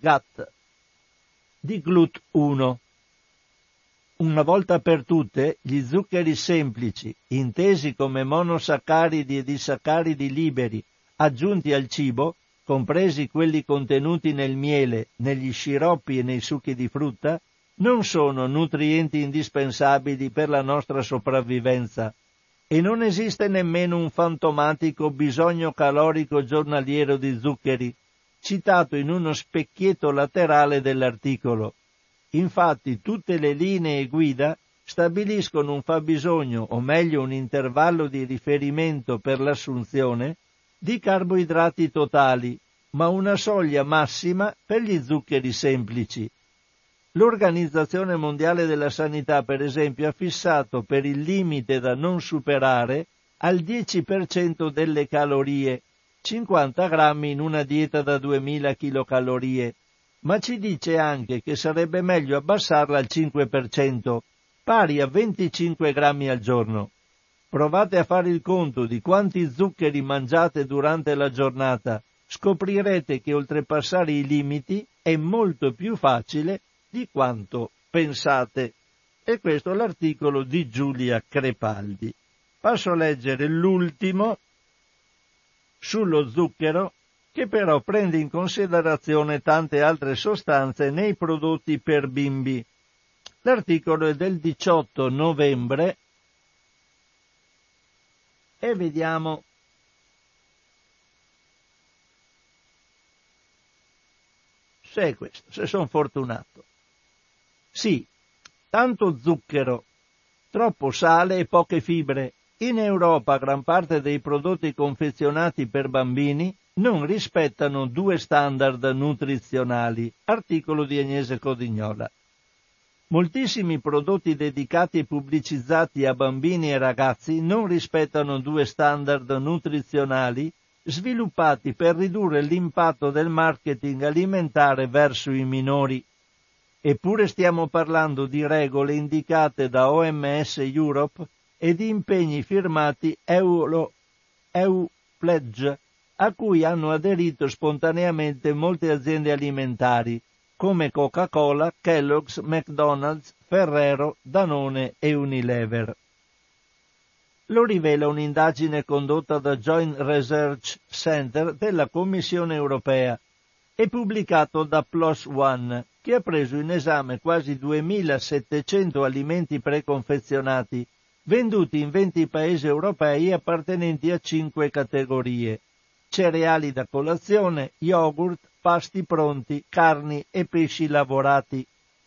GLUT1. Una volta per tutte, gli zuccheri semplici, intesi come monosaccaridi e disaccaridi liberi, aggiunti al cibo, compresi quelli contenuti nel miele, negli sciroppi e nei succhi di frutta, non sono nutrienti indispensabili per la nostra sopravvivenza e non esiste nemmeno un fantomatico bisogno calorico giornaliero di zuccheri, citato in uno specchietto laterale dell'articolo. Infatti tutte le linee guida stabiliscono un fabbisogno, o meglio un intervallo di riferimento per l'assunzione, di carboidrati totali, ma una soglia massima per gli zuccheri semplici. L'Organizzazione Mondiale della Sanità, per esempio, ha fissato per il limite da non superare al 10% delle calorie, 50 grammi in una dieta da 2000 kcal, ma ci dice anche che sarebbe meglio abbassarla al 5%, pari a 25 grammi al giorno. Provate a fare il conto di quanti zuccheri mangiate durante la giornata, scoprirete che oltrepassare i limiti è molto più facile di quanto pensate. E questo è l'articolo di Giulia Crepaldi. Passo a leggere l'ultimo sullo zucchero, che però prende in considerazione tante altre sostanze nei prodotti per bimbi. L'articolo è del 18 novembre e vediamo se è questo, se sono fortunato. Sì, tanto zucchero, troppo sale e poche fibre. In Europa gran parte dei prodotti confezionati per bambini non rispettano 2 standard nutrizionali. Articolo di Agnese Codignola. Moltissimi prodotti dedicati e pubblicizzati a bambini e ragazzi non rispettano 2 standard nutrizionali sviluppati per ridurre l'impatto del marketing alimentare verso i minori. Eppure stiamo parlando di regole indicate da OMS Europe e di impegni firmati EU Pledge, a cui hanno aderito spontaneamente molte aziende alimentari, come Coca-Cola, Kellogg's, McDonald's, Ferrero, Danone e Unilever. Lo rivela un'indagine condotta da Joint Research Center della Commissione europea e pubblicato da PLOS ONE, che ha preso in esame quasi 2.700 alimenti preconfezionati venduti in 20 paesi europei appartenenti a 5 categorie: cereali da colazione, yogurt, pasti pronti, carni e pesci lavorati.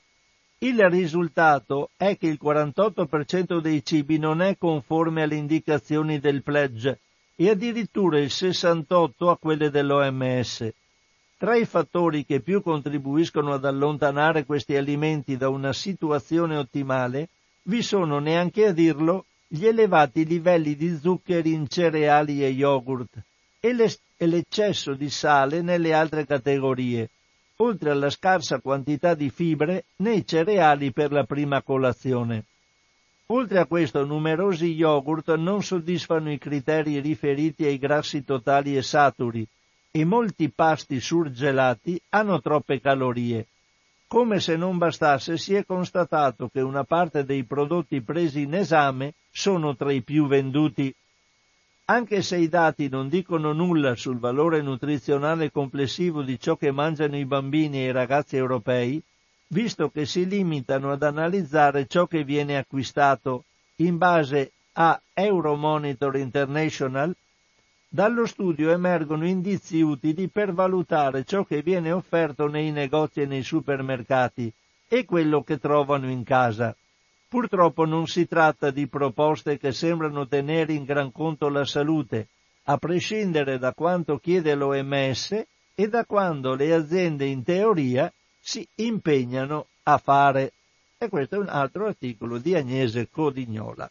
Il risultato è che il 48% dei cibi non è conforme alle indicazioni del pledge e addirittura il 68% a quelle dell'OMS. Tra i fattori che più contribuiscono ad allontanare questi alimenti da una situazione ottimale vi sono, neanche a dirlo, gli elevati livelli di zuccheri in cereali e yogurt e l'eccesso di sale nelle altre categorie, oltre alla scarsa quantità di fibre nei cereali per la prima colazione. Oltre a questo, numerosi yogurt non soddisfano i criteri riferiti ai grassi totali e saturi, e molti pasti surgelati hanno troppe calorie. Come se non bastasse, si è constatato che una parte dei prodotti presi in esame sono tra i più venduti. Anche se i dati non dicono nulla sul valore nutrizionale complessivo di ciò che mangiano i bambini e i ragazzi europei, visto che si limitano ad analizzare ciò che viene acquistato in base a Euromonitor International, dallo studio emergono indizi utili per valutare ciò che viene offerto nei negozi e nei supermercati e quello che trovano in casa. Purtroppo non si tratta di proposte che sembrano tenere in gran conto la salute, a prescindere da quanto chiede l'OMS e da quando le aziende in teoria si impegnano a fare. E questo è un altro articolo di Agnese Codignola.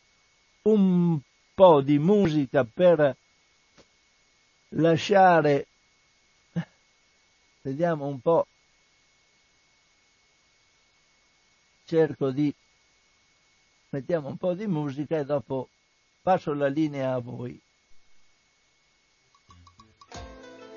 Un po' di musica per lasciare, vediamo un po', mettiamo un po' di musica e dopo passo la linea a voi.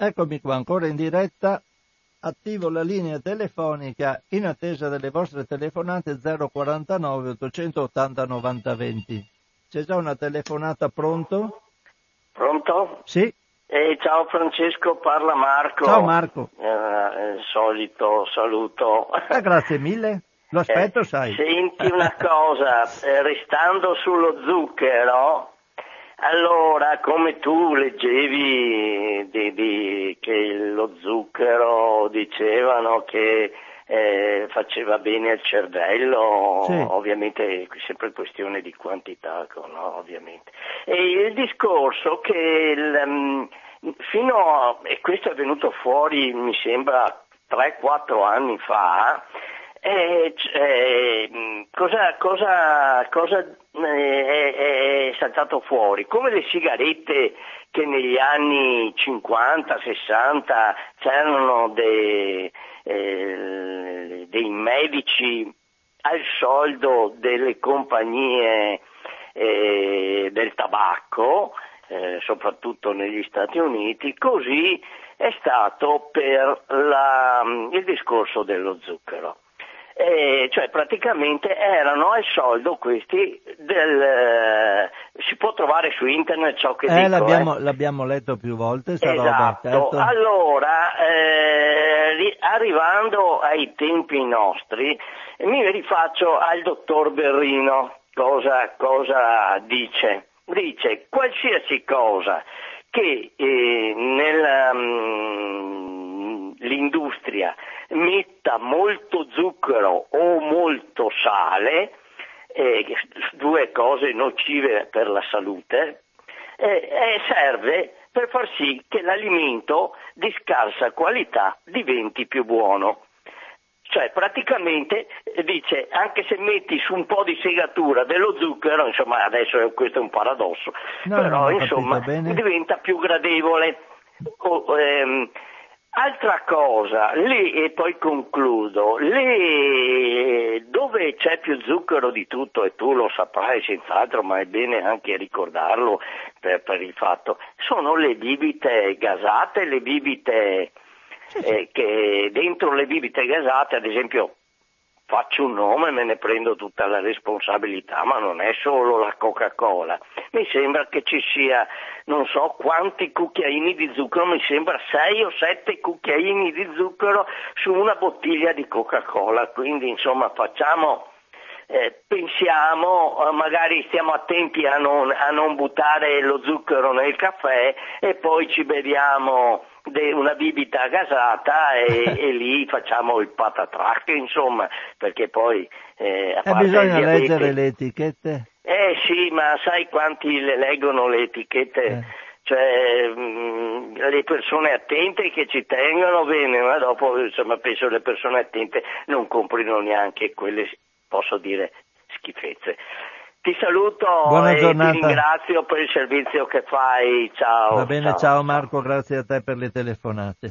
eccomi qua, ancora in diretta. Attivo la linea telefonica in attesa delle vostre telefonate 049 880 90 20. C'è già una telefonata, pronto? Pronto? Sì. Ciao Francesco, parla Marco. Ciao Marco. Il solito saluto. Grazie mille. Lo aspetto, sai. Senti una cosa, restando sullo zucchero, allora come tu leggevi che lo zucchero dicevano che faceva bene al cervello, sì. Ovviamente è sempre questione di quantità, no? Ovviamente. E il discorso che e questo è venuto fuori mi sembra 3-4 anni fa, cosa è saltato fuori? Come le sigarette che negli anni 50-60 c'erano dei medici al soldo delle compagnie del tabacco, soprattutto negli Stati Uniti, così è stato per il discorso dello zucchero. Cioè praticamente erano al soldo questi si può trovare su internet ciò che dico. L'abbiamo letto più volte sta esatto. roba, certo. Allora arrivando ai tempi nostri mi rifaccio al dottor Berrino. Cosa dice qualsiasi cosa che l'industria metta molto zucchero o molto sale, due cose nocive per la salute, serve per far sì che l'alimento di scarsa qualità diventi più buono. Cioè praticamente dice, anche se metti su un po' di segatura dello zucchero, insomma adesso questo è un paradosso, però insomma diventa più gradevole. Altra cosa, e poi concludo, dove c'è più zucchero di tutto, e tu lo saprai senz'altro, ma è bene anche ricordarlo per il fatto, sono le bibite gasate, le bibite che dentro le bibite gasate, ad esempio, faccio un nome, me ne prendo tutta la responsabilità, ma non è solo la Coca-Cola. Mi sembra che ci sia, non so quanti cucchiaini di zucchero, mi sembra 6 o 7 cucchiaini di zucchero su una bottiglia di Coca-Cola. Quindi insomma pensiamo, magari stiamo attenti a non buttare lo zucchero nel caffè e poi ci beviamo una bibita gasata e lì facciamo il patatrack, insomma, perché poi bisogna leggere le etichette. Sì, ma sai quanti le leggono le etichette? Cioè le persone attente che ci tengono bene, ma dopo insomma penso le persone attente non comprino neanche quelle, posso dire, schifezze. Ti saluto. Buona e giornata. Ti ringrazio per il servizio che fai, ciao. Va bene, ciao Marco, grazie a te per le telefonate.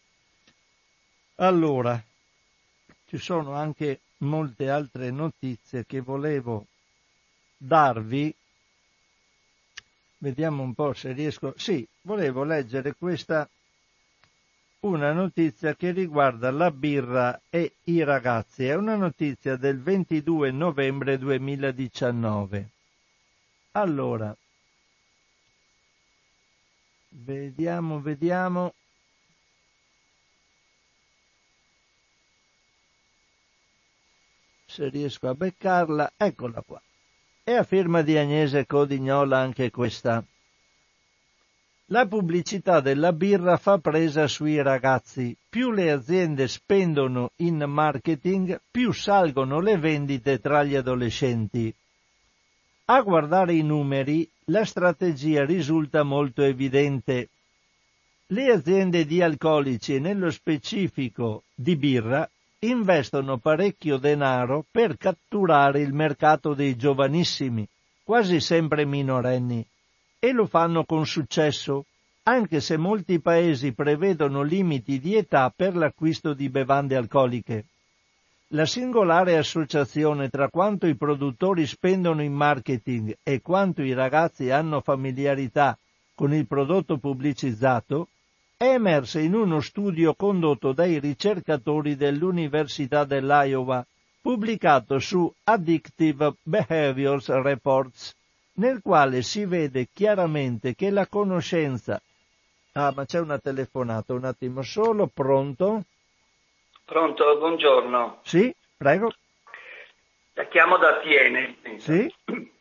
Allora, ci sono anche molte altre notizie che volevo darvi. Vediamo un po' se riesco. Sì, volevo leggere una notizia che riguarda la birra e i ragazzi. È una notizia del 22 novembre 2019. Allora, vediamo se riesco a beccarla. Eccola qua. È a firma di Agnese Codignola anche questa. La pubblicità della birra fa presa sui ragazzi. Più le aziende spendono in marketing, più salgono le vendite tra gli adolescenti. A guardare i numeri, la strategia risulta molto evidente. Le aziende di alcolici e nello specifico di birra investono parecchio denaro per catturare il mercato dei giovanissimi, quasi sempre minorenni, e lo fanno con successo, anche se molti paesi prevedono limiti di età per l'acquisto di bevande alcoliche. La singolare associazione tra quanto i produttori spendono in marketing e quanto i ragazzi hanno familiarità con il prodotto pubblicizzato è emersa in uno studio condotto dai ricercatori dell'Università dell'Iowa, pubblicato su Addictive Behaviors Reports, nel quale si vede chiaramente che la conoscenza... Ah, ma c'è una telefonata, un attimo solo, pronto? Pronto, buongiorno. Sì, prego. La chiamo da Tiene. Sì.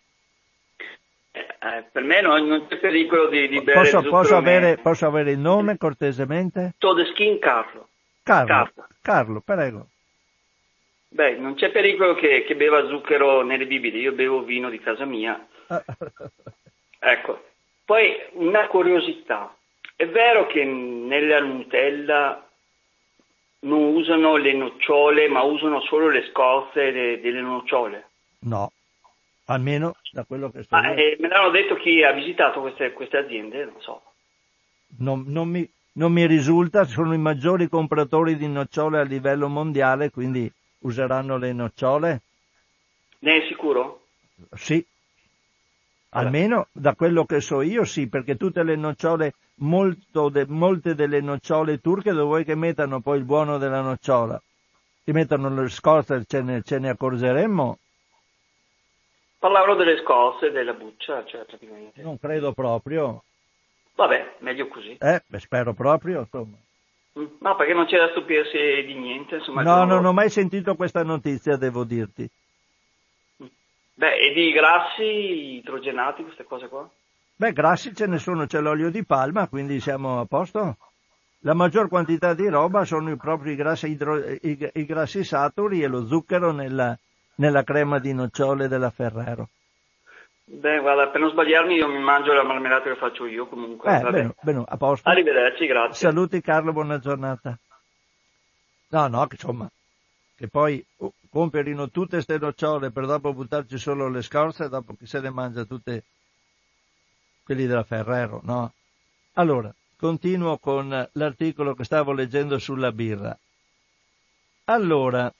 Per me non c'è pericolo di bere zucchero. Posso avere il nome cortesemente? Todeschin Carlo. Carlo, prego. Beh, non c'è pericolo che beva zucchero nelle bibite, io bevo vino di casa mia. Ecco, poi una curiosità. È vero che nella Nutella non usano le nocciole, ma usano solo le scorze delle nocciole? No, almeno da quello che sto vedendo. Me l'hanno detto chi ha visitato queste aziende, non so. Non mi risulta, sono i maggiori compratori di nocciole a livello mondiale, quindi useranno le nocciole? Ne è sicuro? Sì. Almeno da quello che so io sì, perché tutte le nocciole, molte delle nocciole turche dove vuoi che mettano poi il buono della nocciola? Ti mettono le scorze, ce ne accorgeremmo? Parlavano delle scorze, della buccia, cioè praticamente. Non credo proprio. Vabbè, meglio così. Spero proprio, insomma. No, perché non c'è da stupirsi di niente, insomma. No, non ho mai sentito questa notizia, devo dirti. Beh, e di grassi idrogenati, queste cose qua? Beh, grassi ce ne sono, c'è l'olio di palma, quindi siamo a posto. La maggior quantità di roba sono proprio i grassi saturi e lo zucchero nella crema di nocciole della Ferrero. Beh, guarda, per non sbagliarmi io mi mangio la marmellata che faccio io comunque. Bene, a posto. Arrivederci, grazie. Saluti Carlo, buona giornata. No, che insomma, che poi comprino tutte ste nocciole per dopo buttarci solo le scorze e dopo chi se le mangia tutte quelli della Ferrero, no? Allora, continuo con l'articolo che stavo leggendo sulla birra. Allora,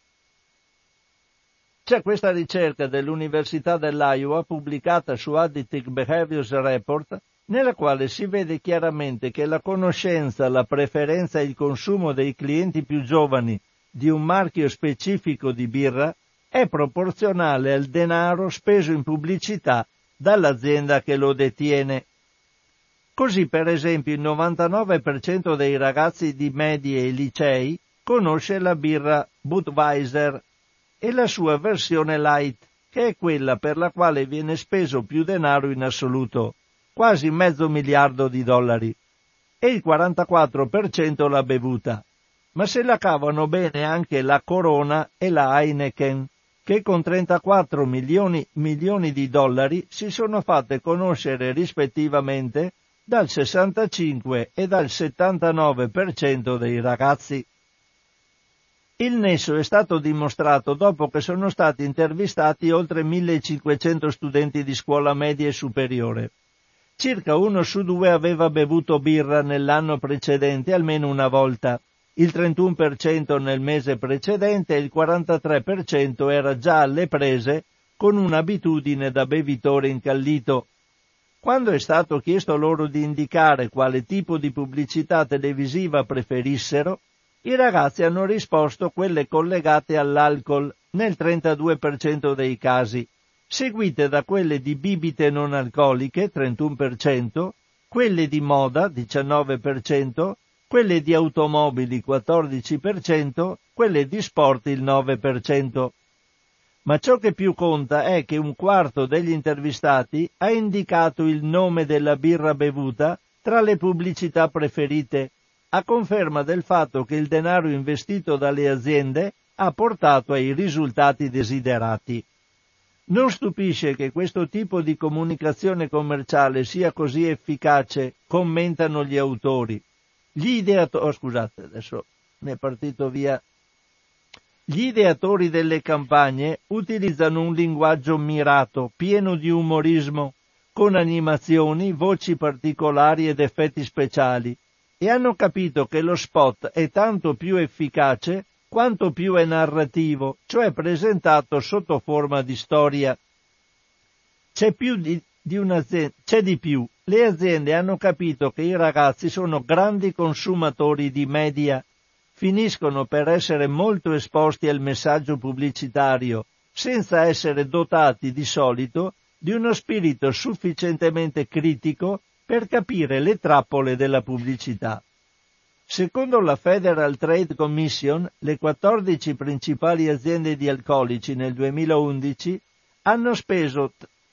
c'è questa ricerca dell'Università dell'Iowa pubblicata su Addictive Behaviors Report, nella quale si vede chiaramente che la conoscenza, la preferenza e il consumo dei clienti più giovani di un marchio specifico di birra è proporzionale al denaro speso in pubblicità dall'azienda che lo detiene. Così, per esempio, il 99% dei ragazzi di medie e licei conosce la birra Budweiser e la sua versione light, che è quella per la quale viene speso più denaro in assoluto, quasi $500 miliardi, e il 44% l'ha bevuta. Ma se la cavano bene anche la Corona e la Heineken, che con 34 milioni di dollari si sono fatte conoscere rispettivamente dal 65 e dal 79% dei ragazzi. Il nesso è stato dimostrato dopo che sono stati intervistati oltre 1500 studenti di scuola media e superiore. Circa 1 su 2 aveva bevuto birra nell'anno precedente almeno una volta, il 31% nel mese precedente e il 43% era già alle prese con un'abitudine da bevitore incallito. Quando è stato chiesto loro di indicare quale tipo di pubblicità televisiva preferissero, i ragazzi hanno risposto quelle collegate all'alcol nel 32% dei casi, seguite da quelle di bibite non alcoliche 31%, quelle di moda 19%, quelle di automobili 14%, quelle di sport il 9%. Ma ciò che più conta è che un quarto degli intervistati ha indicato il nome della birra bevuta tra le pubblicità preferite, a conferma del fatto che il denaro investito dalle aziende ha portato ai risultati desiderati. Non stupisce che questo tipo di comunicazione commerciale sia così efficace, commentano gli autori. Gli ideatori delle campagne utilizzano un linguaggio mirato, pieno di umorismo, con animazioni, voci particolari ed effetti speciali, e hanno capito che lo spot è tanto più efficace quanto più è narrativo, cioè presentato sotto forma di storia. C'è più di un'azienda. C'è di più. Le aziende hanno capito che i ragazzi sono grandi consumatori di media, finiscono per essere molto esposti al messaggio pubblicitario, senza essere dotati di solito di uno spirito sufficientemente critico per capire le trappole della pubblicità. Secondo la Federal Trade Commission, le 14 principali aziende di alcolici nel 2011 hanno speso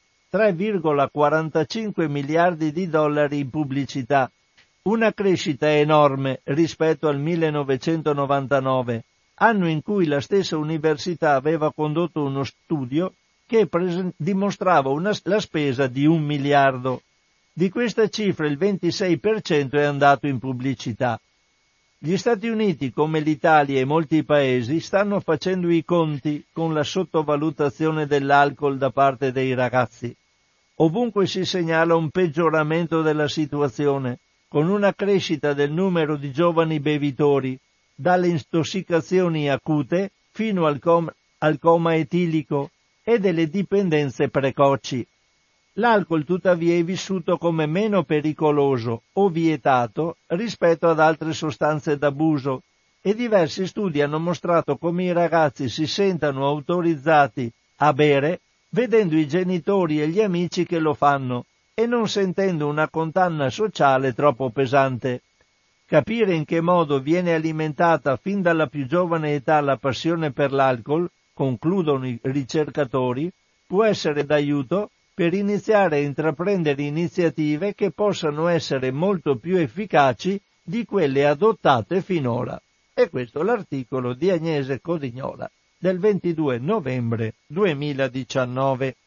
3,45 miliardi di dollari in pubblicità, una crescita enorme rispetto al 1999, anno in cui la stessa università aveva condotto uno studio che dimostrava la spesa di 1 miliardo. Di questa cifra il 26% è andato in pubblicità. Gli Stati Uniti, come l'Italia e molti paesi, stanno facendo i conti con la sottovalutazione dell'alcol da parte dei ragazzi. Ovunque si segnala un peggioramento della situazione, con una crescita del numero di giovani bevitori, dalle intossicazioni acute fino al coma etilico e delle dipendenze precoci. L'alcol tuttavia è vissuto come meno pericoloso o vietato rispetto ad altre sostanze d'abuso e diversi studi hanno mostrato come i ragazzi si sentano autorizzati a bere vedendo i genitori e gli amici che lo fanno e non sentendo una condanna sociale troppo pesante. Capire in che modo viene alimentata fin dalla più giovane età la passione per l'alcol, concludono i ricercatori, può essere d'aiuto per iniziare a intraprendere iniziative che possano essere molto più efficaci di quelle adottate finora. E questo è l'articolo di Agnese Codignola del 22 novembre 2019.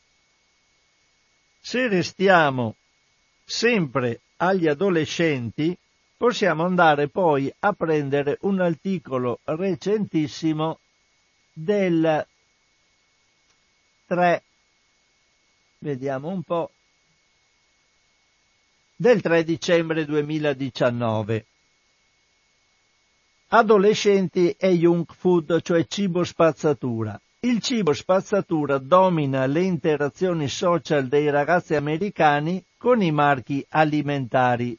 Se restiamo sempre agli adolescenti, possiamo andare poi a prendere un articolo recentissimo del 3 dicembre 2019. Adolescenti e junk food, cioè cibo spazzatura. Il cibo spazzatura domina le interazioni social dei ragazzi americani con i marchi alimentari.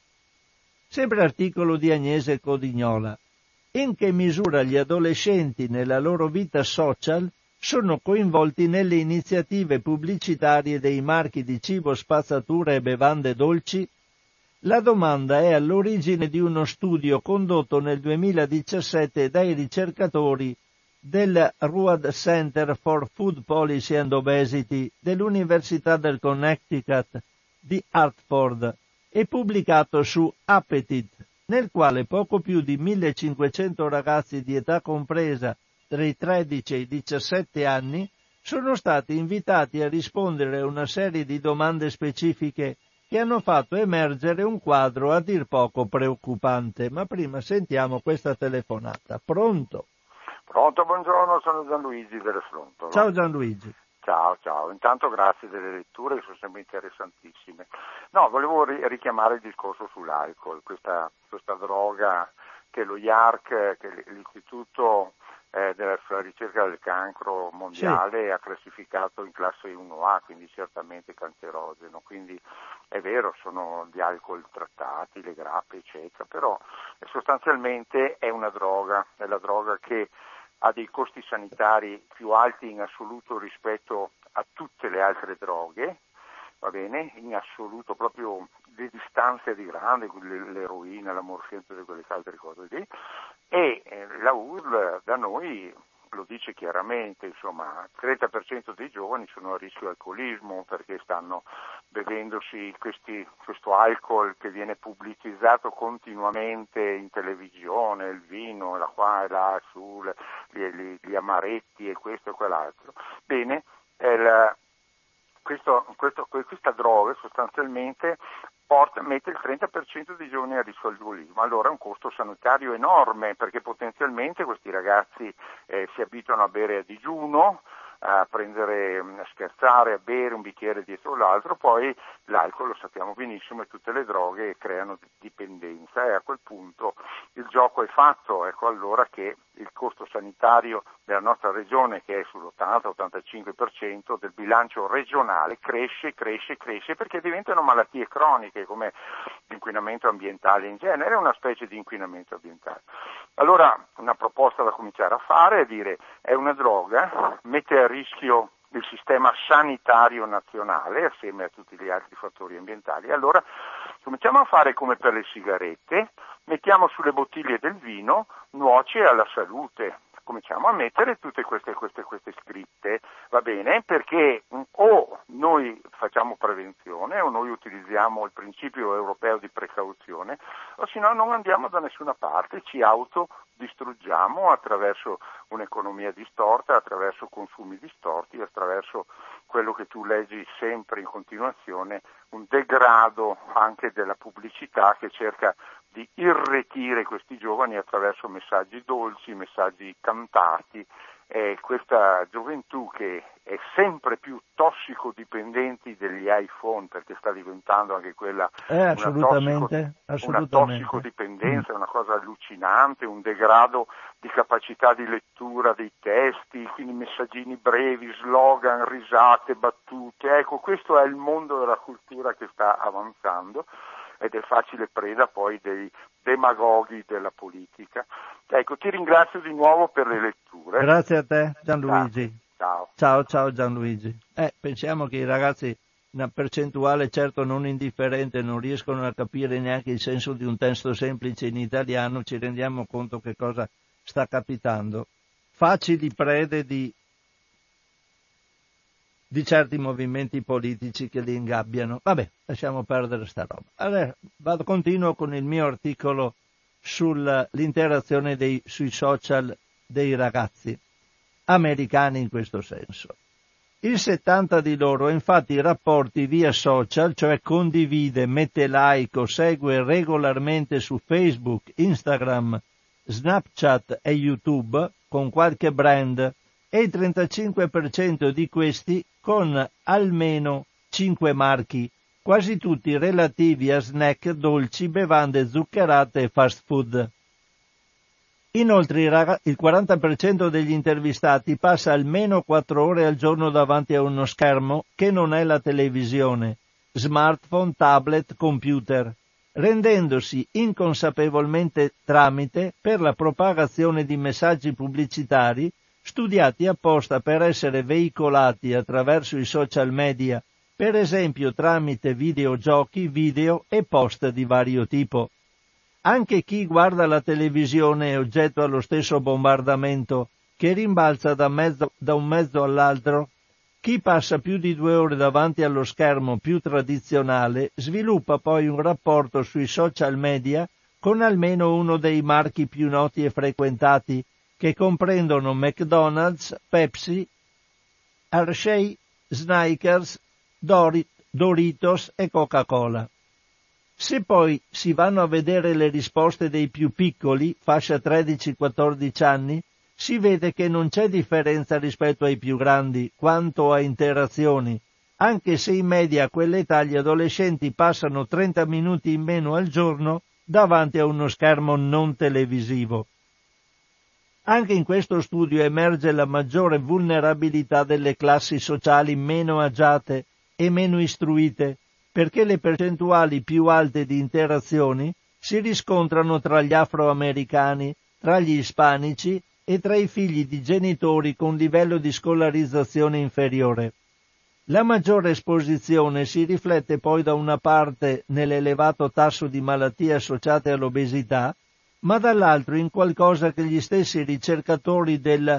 Sempre articolo di Agnese Codignola. In che misura gli adolescenti nella loro vita social sono coinvolti nelle iniziative pubblicitarie dei marchi di cibo spazzatura e bevande dolci? La domanda è all'origine di uno studio condotto nel 2017 dai ricercatori del Ruad Center for Food Policy and Obesity dell'Università del Connecticut di Hartford e pubblicato su Appetit, nel quale poco più di 1500 ragazzi di età compresa tra i 13 e i 17 anni sono stati invitati a rispondere a una serie di domande specifiche che hanno fatto emergere un quadro a dir poco preoccupante. Ma prima sentiamo questa telefonata. Pronto? Pronto, buongiorno, sono Gianluigi delle Frontolo. Ciao Gianluigi. Ciao, intanto grazie delle letture che sono sempre interessantissime. No, volevo richiamare il discorso sull'alcol, questa droga che lo IARC, che è l'Istituto della ricerca del cancro mondiale, sì, ha classificato in classe 1A, quindi certamente cancerogeno. Quindi è vero, sono gli alcol trattati, le grappe eccetera, però sostanzialmente è una droga, è la droga che ha dei costi sanitari più alti in assoluto rispetto a tutte le altre droghe, va bene, in assoluto, proprio le distanze di grande, l'eroina, la morfina, tutte quelle altre cose lì, e la USL da noi lo dice chiaramente, insomma, il 30% dei giovani sono a rischio alcolismo perché stanno bevendosi questo alcol che viene pubblicizzato continuamente in televisione, il vino, la qua e là, gli amaretti e questo e quell'altro. Bene, questa droga sostanzialmente mette il 30% dei giovani a rischio alcolismo. Allora è un costo sanitario enorme, perché potenzialmente questi ragazzi si abituano a bere a digiuno, a scherzare, a bere un bicchiere dietro l'altro, poi l'alcol, lo sappiamo benissimo, e tutte le droghe creano dipendenza, e a quel punto il gioco è fatto. Ecco allora che il costo sanitario della nostra regione, che è sull'80-85% del bilancio regionale, cresce perché diventano malattie croniche come l'inquinamento ambientale in genere, è una specie di inquinamento ambientale. Allora una proposta da cominciare a fare è dire: è una droga, mette a rischio il sistema sanitario nazionale assieme a tutti gli altri fattori ambientali. Allora cominciamo a fare come per le sigarette, mettiamo sulle bottiglie del vino, nuoce alla salute. Cominciamo a mettere tutte queste scritte, va bene? Perché o noi facciamo prevenzione o noi utilizziamo il principio europeo di precauzione, o se no non andiamo da nessuna parte, ci autodistruggiamo attraverso un'economia distorta, attraverso consumi distorti, attraverso quello che tu leggi sempre in continuazione, un degrado anche della pubblicità che cerca di irretire questi giovani attraverso messaggi dolci, messaggi cantati, questa gioventù che è sempre più tossicodipendenti degli iPhone, perché sta diventando anche quella assolutamente. Una tossicodipendenza, una cosa allucinante, un degrado di capacità di lettura dei testi, quindi messaggini brevi, slogan, risate, battute. Ecco, questo è il mondo della cultura che sta avanzando ed è facile preda poi dei demagoghi della politica. Ecco, ti ringrazio di nuovo per le letture. Grazie a te, Gianluigi. Ciao Gianluigi. Pensiamo che i ragazzi, una percentuale certo non indifferente, non riescono a capire neanche il senso di un testo semplice in italiano, ci rendiamo conto che cosa sta capitando. Facili prede di certi movimenti politici che li ingabbiano. Vabbè, lasciamo perdere sta roba. Allora, continuo con il mio articolo sull'interazione sui social dei ragazzi americani in questo senso. Il 70% di loro infatti rapporti via social, cioè condivide, mette like o segue regolarmente su Facebook, Instagram, Snapchat e YouTube con qualche brand, e il 35% di questi con almeno 5 marchi, quasi tutti relativi a snack, dolci, bevande zuccherate e fast food. Inoltre il 40% degli intervistati passa almeno 4 ore al giorno davanti a uno schermo che non è la televisione, smartphone, tablet, computer, rendendosi inconsapevolmente tramite per la propagazione di messaggi pubblicitari studiati apposta per essere veicolati attraverso i social media, per esempio tramite videogiochi, video e post di vario tipo. Anche chi guarda la televisione è oggetto allo stesso bombardamento che rimbalza da un mezzo all'altro. Chi passa più di 2 ore davanti allo schermo più tradizionale sviluppa poi un rapporto sui social media con almeno uno dei marchi più noti e frequentati, che comprendono McDonald's, Pepsi, Hershey, Snickers, Doritos e Coca-Cola. Se poi si vanno a vedere le risposte dei più piccoli, fascia 13-14 anni, si vede che non c'è differenza rispetto ai più grandi quanto a interazioni, anche se in media a quell'età gli adolescenti passano 30 minuti in meno al giorno davanti a uno schermo non televisivo. Anche in questo studio emerge la maggiore vulnerabilità delle classi sociali meno agiate e meno istruite, perché le percentuali più alte di interazioni si riscontrano tra gli afroamericani, tra gli ispanici e tra i figli di genitori con livello di scolarizzazione inferiore. La maggiore esposizione si riflette poi da una parte nell'elevato tasso di malattie associate all'obesità, ma dall'altro in qualcosa che gli stessi ricercatori del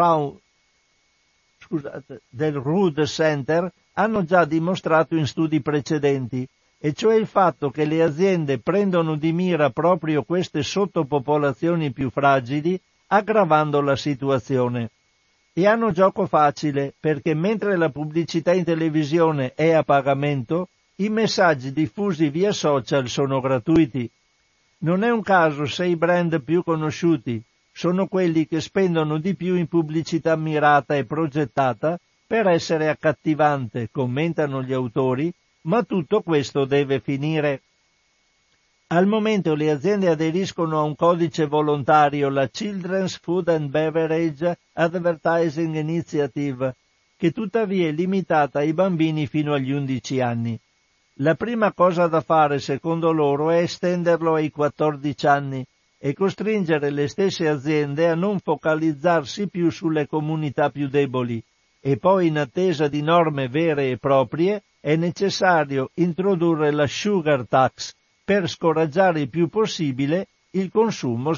Rudd Center hanno già dimostrato in studi precedenti, e cioè il fatto che le aziende prendono di mira proprio queste sottopopolazioni più fragili, aggravando la situazione. E hanno gioco facile, perché mentre la pubblicità in televisione è a pagamento, i messaggi diffusi via social sono gratuiti. Non è un caso se i brand più conosciuti sono quelli che spendono di più in pubblicità mirata e progettata per essere accattivante, commentano gli autori, ma tutto questo deve finire. Al momento le aziende aderiscono a un codice volontario, la Children's Food and Beverage Advertising Initiative, che tuttavia è limitata ai bambini fino agli 11 anni. La prima cosa da fare, secondo loro, è estenderlo ai 14 anni e costringere le stesse aziende a non focalizzarsi più sulle comunità più deboli. E poi, in attesa di norme vere e proprie, è necessario introdurre la sugar tax per scoraggiare il più possibile il consumo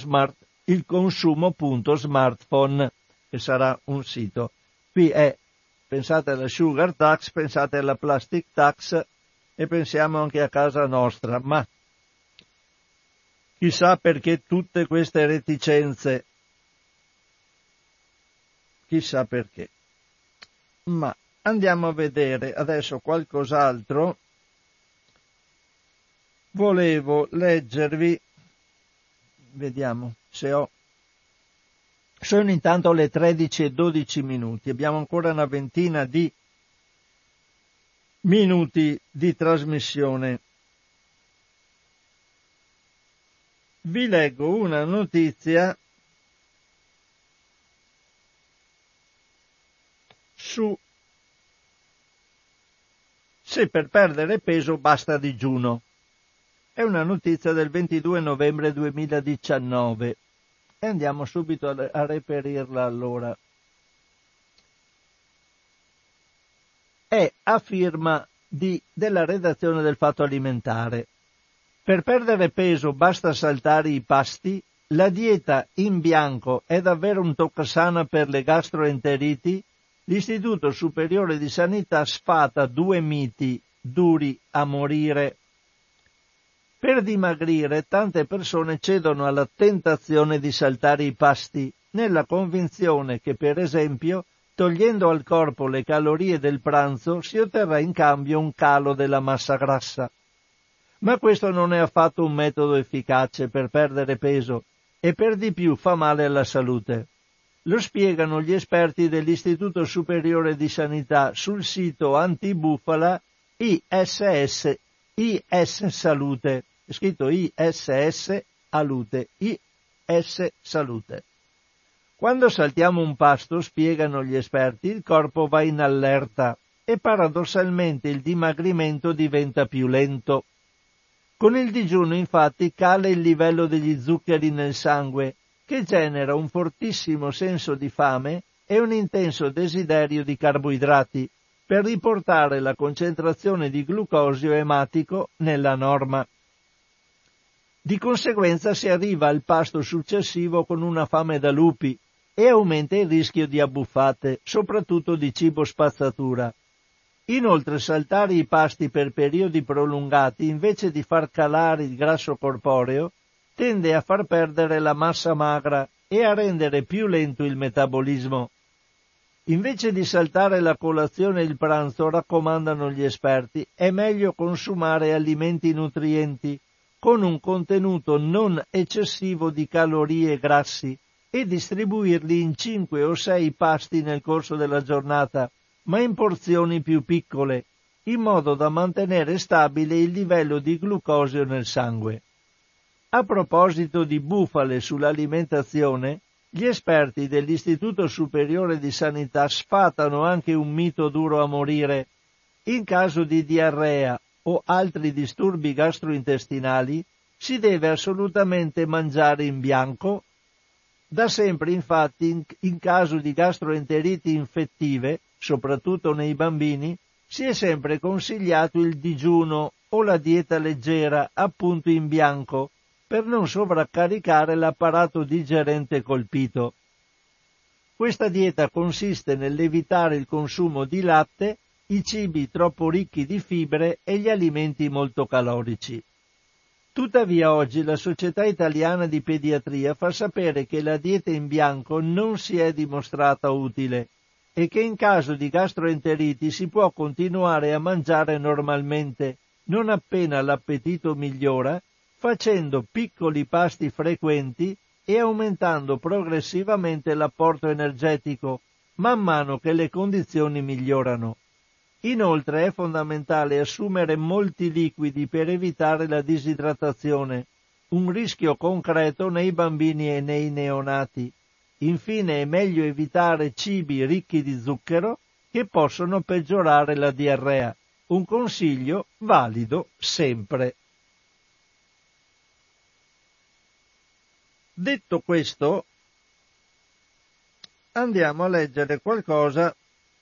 smartphone, che sarà un sito. Qui pensate alla sugar tax, pensate alla plastic tax e pensiamo anche a casa nostra, ma chissà perché tutte queste reticenze, chissà perché. Ma andiamo a vedere adesso qualcos'altro. Volevo leggervi, vediamo se ho. Sono intanto le 13:12, abbiamo ancora una ventina di minuti di trasmissione. Vi leggo una notizia su se per perdere peso basta digiuno. È una notizia del 22 novembre 2019 e andiamo subito a reperirla allora. È a firma della redazione del Fatto Alimentare. Per perdere peso basta saltare i pasti? La dieta in bianco è davvero un toccasana per le gastroenteriti? L'Istituto Superiore di Sanità sfata 2 miti duri a morire. Per dimagrire tante persone cedono alla tentazione di saltare i pasti, nella convinzione che, per esempio, togliendo al corpo le calorie del pranzo si otterrà in cambio un calo della massa grassa. Ma questo non è affatto un metodo efficace per perdere peso e per di più fa male alla salute. Lo spiegano gli esperti dell'Istituto Superiore di Sanità sul sito antibufala ISS Salute. È scritto ISS Salute, IS Salute. Quando saltiamo un pasto, spiegano gli esperti, il corpo va in allerta e paradossalmente il dimagrimento diventa più lento. Con il digiuno, infatti, cala il livello degli zuccheri nel sangue, che genera un fortissimo senso di fame e un intenso desiderio di carboidrati, per riportare la concentrazione di glucosio ematico nella norma. Di conseguenza si arriva al pasto successivo con una fame da lupi e aumenta il rischio di abbuffate, soprattutto di cibo spazzatura. Inoltre saltare i pasti per periodi prolungati, invece di far calare il grasso corporeo, tende a far perdere la massa magra e a rendere più lento il metabolismo. Invece di saltare la colazione e il pranzo, raccomandano gli esperti, è meglio consumare alimenti nutrienti, con un contenuto non eccessivo di calorie e grassi, e distribuirli in 5 o 6 pasti nel corso della giornata, ma in porzioni più piccole, in modo da mantenere stabile il livello di glucosio nel sangue. A proposito di bufale sull'alimentazione, gli esperti dell'Istituto Superiore di Sanità sfatano anche un mito duro a morire. In caso di diarrea o altri disturbi gastrointestinali, si deve assolutamente mangiare in bianco? Da sempre, infatti, in caso di gastroenteriti infettive, soprattutto nei bambini, si è sempre consigliato il digiuno o la dieta leggera, appunto in bianco, per non sovraccaricare l'apparato digerente colpito. Questa dieta consiste nell'evitare il consumo di latte, i cibi troppo ricchi di fibre e gli alimenti molto calorici. Tuttavia oggi la Società Italiana di Pediatria fa sapere che la dieta in bianco non si è dimostrata utile e che in caso di gastroenteriti si può continuare a mangiare normalmente, non appena l'appetito migliora, facendo piccoli pasti frequenti e aumentando progressivamente l'apporto energetico, man mano che le condizioni migliorano. Inoltre è fondamentale assumere molti liquidi per evitare la disidratazione, un rischio concreto nei bambini e nei neonati. Infine è meglio evitare cibi ricchi di zucchero che possono peggiorare la diarrea. Un consiglio valido sempre. Detto questo, andiamo a leggere qualcosa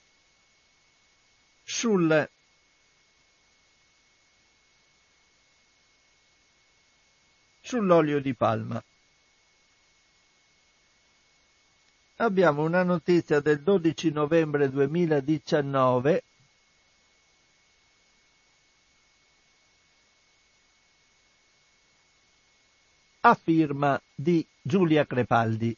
sull'olio di palma. Abbiamo una notizia del 12 novembre 2019 a firma di Giulia Crepaldi.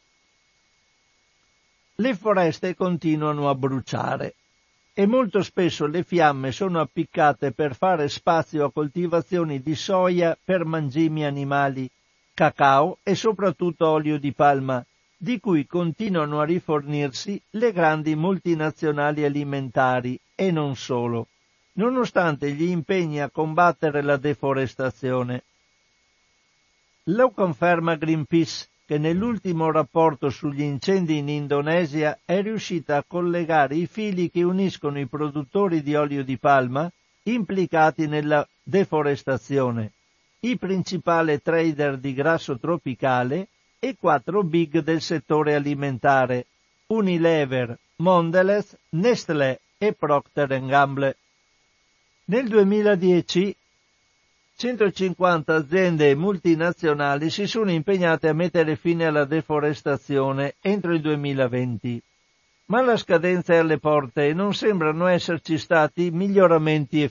Le foreste continuano a bruciare e molto spesso le fiamme sono appiccate per fare spazio a coltivazioni di soia per mangimi animali, cacao e soprattutto olio di palma, di cui continuano a rifornirsi le grandi multinazionali alimentari e non solo, nonostante gli impegni a combattere la deforestazione. Lo conferma Greenpeace, che nell'ultimo rapporto sugli incendi in Indonesia è riuscita a collegare i fili che uniscono i produttori di olio di palma implicati nella deforestazione, i principali trader di grasso tropicale e 4 big del settore alimentare, Unilever, Mondelez, Nestlé e Procter & Gamble. Nel 2010 150 aziende multinazionali si sono impegnate a mettere fine alla deforestazione entro il 2020, ma la scadenza è alle porte e non sembrano esserci stati miglioramenti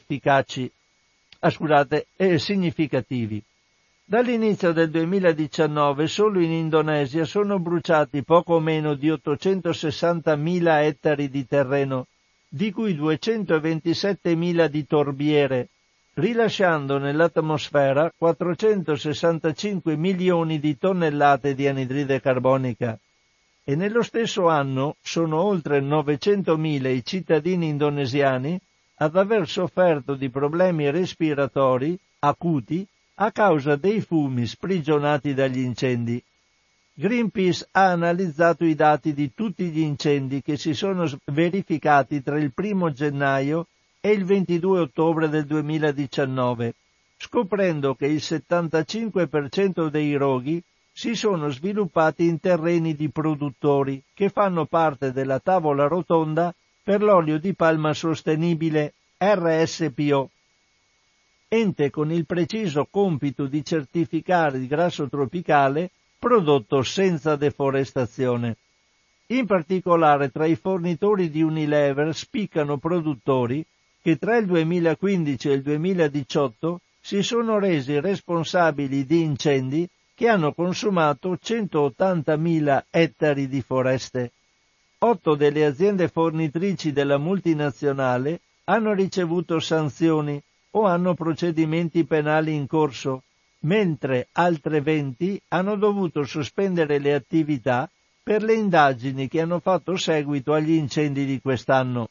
significativi. Dall'inizio del 2019 solo in Indonesia sono bruciati poco meno di 860.000 ettari di terreno, di cui 227.000 di torbiere, rilasciando nell'atmosfera 465 milioni di tonnellate di anidride carbonica. E nello stesso anno sono oltre 900.000 i cittadini indonesiani ad aver sofferto di problemi respiratori acuti a causa dei fumi sprigionati dagli incendi. Greenpeace ha analizzato i dati di tutti gli incendi che si sono verificati tra il 1 gennaio e il 22 ottobre del 2019, scoprendo che il 75% dei roghi si sono sviluppati in terreni di produttori che fanno parte della tavola rotonda per l'olio di palma sostenibile RSPO, ente con il preciso compito di certificare il grasso tropicale prodotto senza deforestazione. In particolare tra i fornitori di Unilever spiccano produttori che tra il 2015 e il 2018 si sono resi responsabili di incendi che hanno consumato 180.000 ettari di foreste. 8 delle aziende fornitrici della multinazionale hanno ricevuto sanzioni o hanno procedimenti penali in corso, mentre altre 20 hanno dovuto sospendere le attività per le indagini che hanno fatto seguito agli incendi di quest'anno.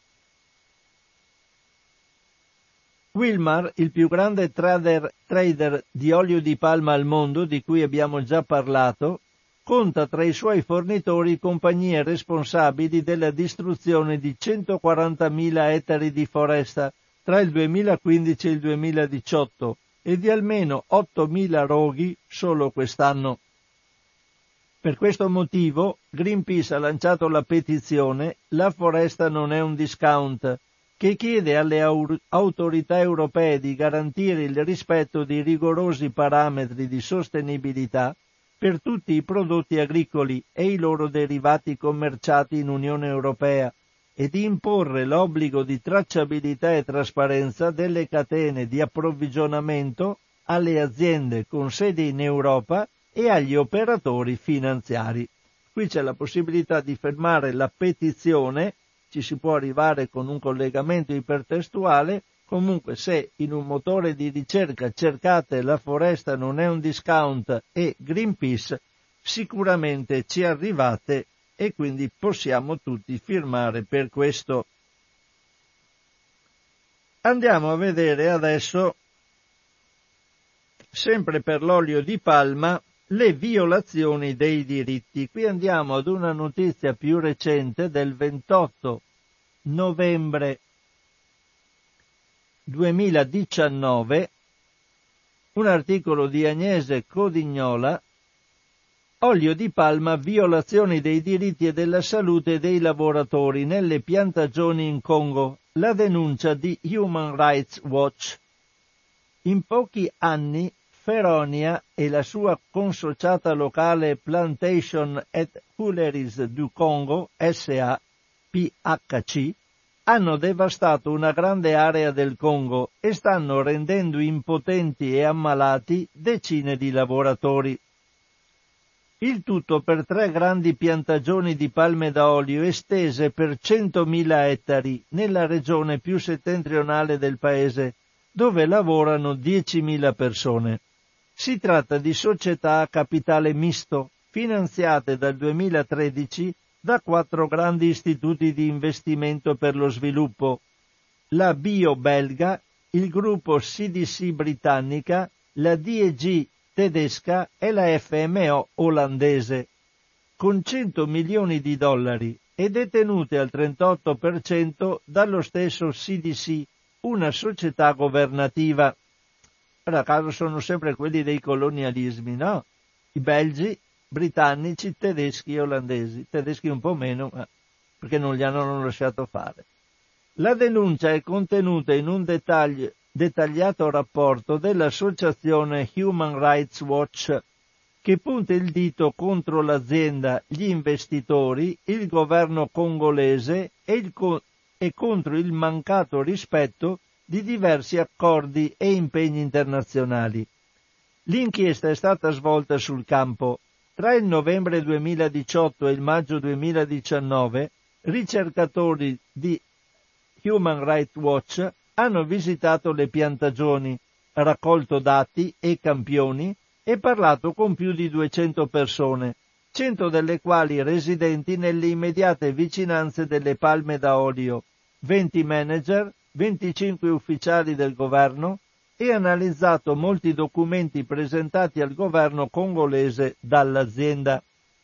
Wilmar, il più grande trader di olio di palma al mondo, di cui abbiamo già parlato, conta tra i suoi fornitori compagnie responsabili della distruzione di 140.000 ettari di foresta tra il 2015 e il 2018 e di almeno 8.000 roghi solo quest'anno. Per questo motivo Greenpeace ha lanciato la petizione La foresta non è un discount, che chiede alle autorità europee di garantire il rispetto di rigorosi parametri di sostenibilità per tutti i prodotti agricoli e i loro derivati commerciati in Unione Europea e di imporre l'obbligo di tracciabilità e trasparenza delle catene di approvvigionamento alle aziende con sede in Europa e agli operatori finanziari. Qui c'è la possibilità di firmare la petizione. Ci si può arrivare con un collegamento ipertestuale. Comunque, se in un motore di ricerca cercate La foresta non è un discount e Greenpeace, sicuramente ci arrivate e quindi possiamo tutti firmare per questo. Andiamo a vedere adesso, sempre per l'olio di palma, le violazioni dei diritti. Qui andiamo ad una notizia più recente del 28 novembre 2019, un articolo di Agnese Codignola, olio di palma, violazioni dei diritti e della salute dei lavoratori nelle piantagioni in Congo, la denuncia di Human Rights Watch. In pochi anni Feronia e la sua consociata locale Plantation et Hulleries du Congo, SA, PHC, hanno devastato una grande area del Congo e stanno rendendo impotenti e ammalati decine di lavoratori. Il tutto per 3 grandi piantagioni di palme da olio estese per 100.000 ettari nella regione più settentrionale del paese, dove lavorano 10.000 persone. Si tratta di società a capitale misto, finanziate dal 2013 da 4 grandi istituti di investimento per lo sviluppo: la Bio belga, il gruppo CDC britannica, la DEG tedesca e la FMO olandese, con 100 milioni di dollari e detenute al 38% dallo stesso CDC, una società governativa. Per acaso sono sempre quelli dei colonialismi, no? I belgi, britannici, tedeschi e olandesi. Tedeschi un po' meno, perché non li hanno lasciato fare. La denuncia è contenuta in un dettagliato rapporto dell'associazione Human Rights Watch, che punta il dito contro l'azienda, gli investitori, il governo congolese e contro il mancato rispetto di diversi accordi e impegni internazionali. L'inchiesta è stata svolta sul campo. Tra il novembre 2018 e il maggio 2019, ricercatori di Human Rights Watch hanno visitato le piantagioni, raccolto dati e campioni e parlato con più di 200 persone, 100 delle quali residenti nelle immediate vicinanze delle palme da olio, 20 manager, 25 ufficiali del governo, e analizzato molti documenti presentati al governo congolese dall'azienda.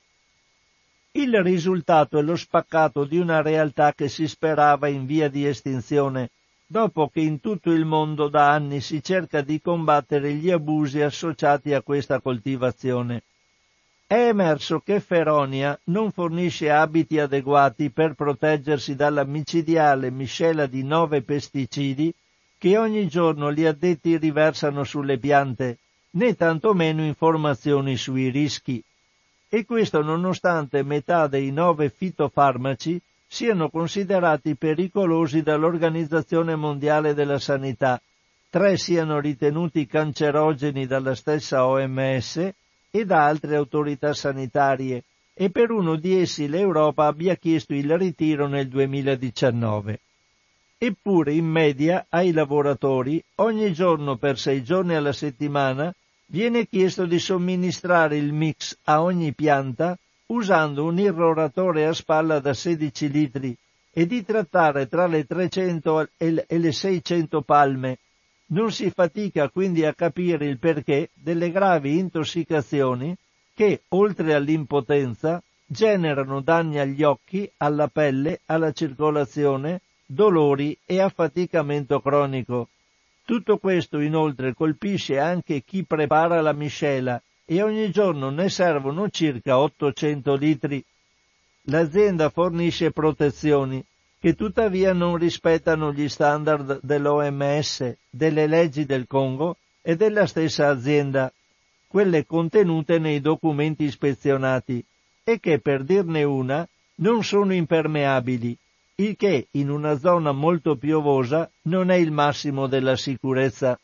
Il risultato è lo spaccato di una realtà che si sperava in via di estinzione, dopo che in tutto il mondo da anni si cerca di combattere gli abusi associati a questa coltivazione. È emerso che Feronia non fornisce abiti adeguati per proteggersi dalla micidiale miscela di 9 pesticidi che ogni giorno gli addetti riversano sulle piante, né tantomeno informazioni sui rischi. E questo nonostante metà dei 9 fitofarmaci siano considerati pericolosi dall'Organizzazione Mondiale della Sanità, 3 siano ritenuti cancerogeni dalla stessa OMS e da altre autorità sanitarie, e per uno di essi l'Europa abbia chiesto il ritiro nel 2019. Eppure in media ai lavoratori ogni giorno per 6 giorni alla settimana viene chiesto di somministrare il mix a ogni pianta usando un irroratore a spalla da 16 litri e di trattare tra le 300 e le 600 palme. Non si fatica quindi a capire il perché delle gravi intossicazioni che, oltre all'impotenza, generano danni agli occhi, alla pelle, alla circolazione, dolori e affaticamento cronico. Tutto questo inoltre colpisce anche chi prepara la miscela e ogni giorno ne servono circa 800 litri. L'azienda fornisce protezioni che tuttavia non rispettano gli standard dell'OMS, delle leggi del Congo e della stessa azienda, quelle contenute nei documenti ispezionati, e che, per dirne una, non sono impermeabili, il che in una zona molto piovosa non è il massimo della sicurezza.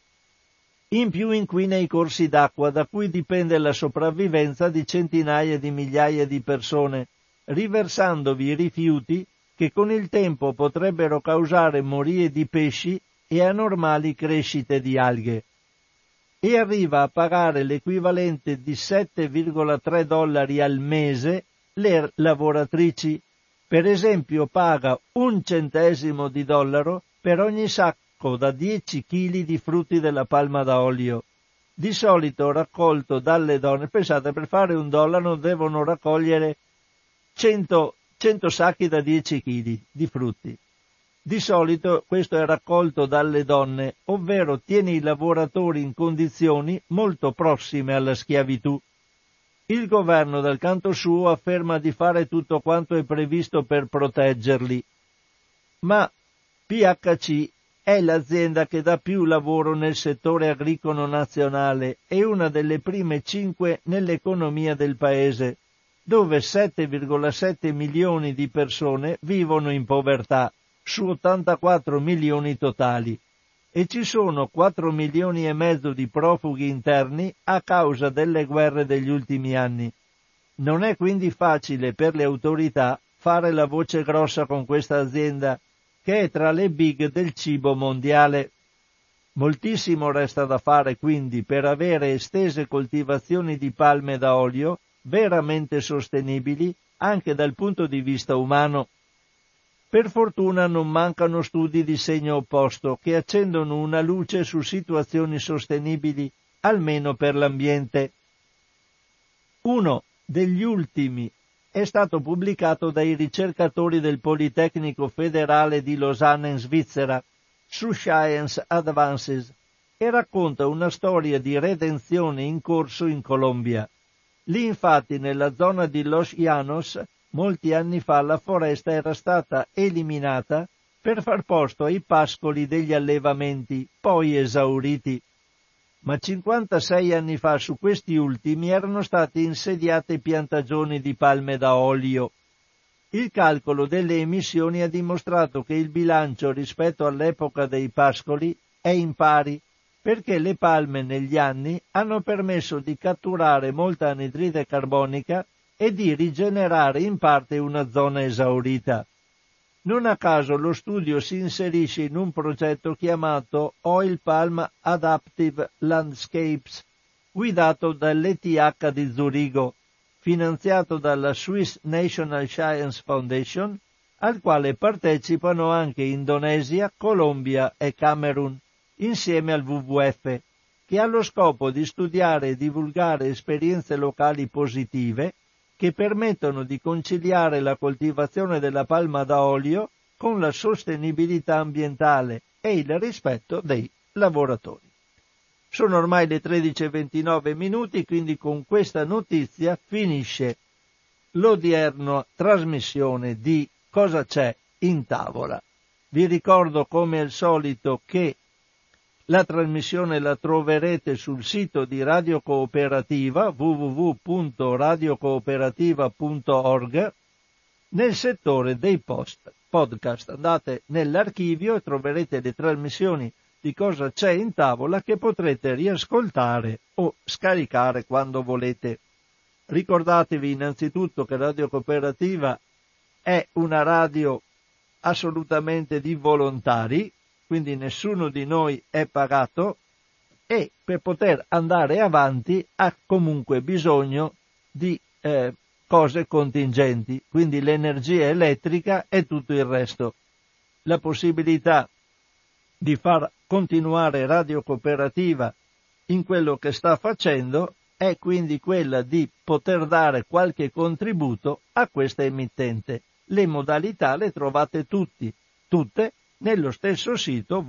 In più inquina i corsi d'acqua da cui dipende la sopravvivenza di centinaia di migliaia di persone, riversandovi rifiuti che con il tempo potrebbero causare morie di pesci e anormali crescite di alghe. E arriva a pagare l'equivalente di $7,3 al mese le lavoratrici. Per esempio paga $0,01 per ogni sacco da 10 kg di frutti della palma da olio, di solito raccolto dalle donne. Pensate, per fare $1 devono raccogliere 100 sacchi da 10 kg di frutti. Di solito questo è raccolto dalle donne, ovvero tiene i lavoratori in condizioni molto prossime alla schiavitù. Il governo, dal canto suo, afferma di fare tutto quanto è previsto per proteggerli, ma PHC è l'azienda che dà più lavoro nel settore agricolo nazionale e una delle prime 5 nell'economia del paese, dove 7,7 milioni di persone vivono in povertà, su 84 milioni totali, e ci sono 4 milioni e mezzo di profughi interni a causa delle guerre degli ultimi anni. Non è quindi facile per le autorità fare la voce grossa con questa azienda, che è tra le big del cibo mondiale. Moltissimo resta da fare quindi per avere estese coltivazioni di palme da olio veramente sostenibili anche dal punto di vista umano. Per fortuna non mancano studi di segno opposto che accendono una luce su situazioni sostenibili, almeno per l'ambiente. Uno degli ultimi è stato pubblicato dai ricercatori del Politecnico Federale di Losanna in Svizzera, su Science Advances, e racconta una storia di redenzione in corso in Colombia. Lì infatti, nella zona di Los Llanos, molti anni fa la foresta era stata eliminata per far posto ai pascoli degli allevamenti, poi esauriti. Ma 56 anni fa su questi ultimi erano state insediate piantagioni di palme da olio. Il calcolo delle emissioni ha dimostrato che il bilancio rispetto all'epoca dei pascoli è impari, perché le palme negli anni hanno permesso di catturare molta anidride carbonica e di rigenerare in parte una zona esaurita. Non a caso lo studio si inserisce in un progetto chiamato Oil Palm Adaptive Landscapes, guidato dall'ETH di Zurigo, finanziato dalla Swiss National Science Foundation, al quale partecipano anche Indonesia, Colombia e Camerun, insieme al WWF, che ha lo scopo di studiare e divulgare esperienze locali positive che permettono di conciliare la coltivazione della palma da olio con la sostenibilità ambientale e il rispetto dei lavoratori. Sono ormai le 13:29, quindi con questa notizia finisce l'odierna trasmissione di Cosa c'è in tavola. Vi ricordo come al solito che la trasmissione la troverete sul sito di Radio Cooperativa, www.radiocooperativa.org, nel settore dei podcast. Andate nell'archivio e troverete le trasmissioni di Cosa c'è in tavola che potrete riascoltare o scaricare quando volete. Ricordatevi innanzitutto che Radio Cooperativa è una radio assolutamente di volontari, quindi nessuno di noi è pagato, e per poter andare avanti ha comunque bisogno di cose contingenti, quindi l'energia elettrica e tutto il resto. La possibilità di far continuare Radio Cooperativa in quello che sta facendo è quindi quella di poter dare qualche contributo a questa emittente. Le modalità le trovate tutte nello stesso sito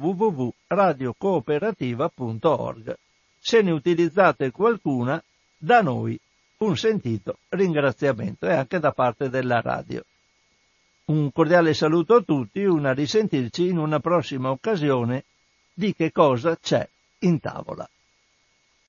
www.radiocooperativa.org. Se ne utilizzate qualcuna, da noi un sentito ringraziamento e anche da parte della radio. Un cordiale saluto a tutti, a risentirci in una prossima occasione di Che cosa c'è in tavola.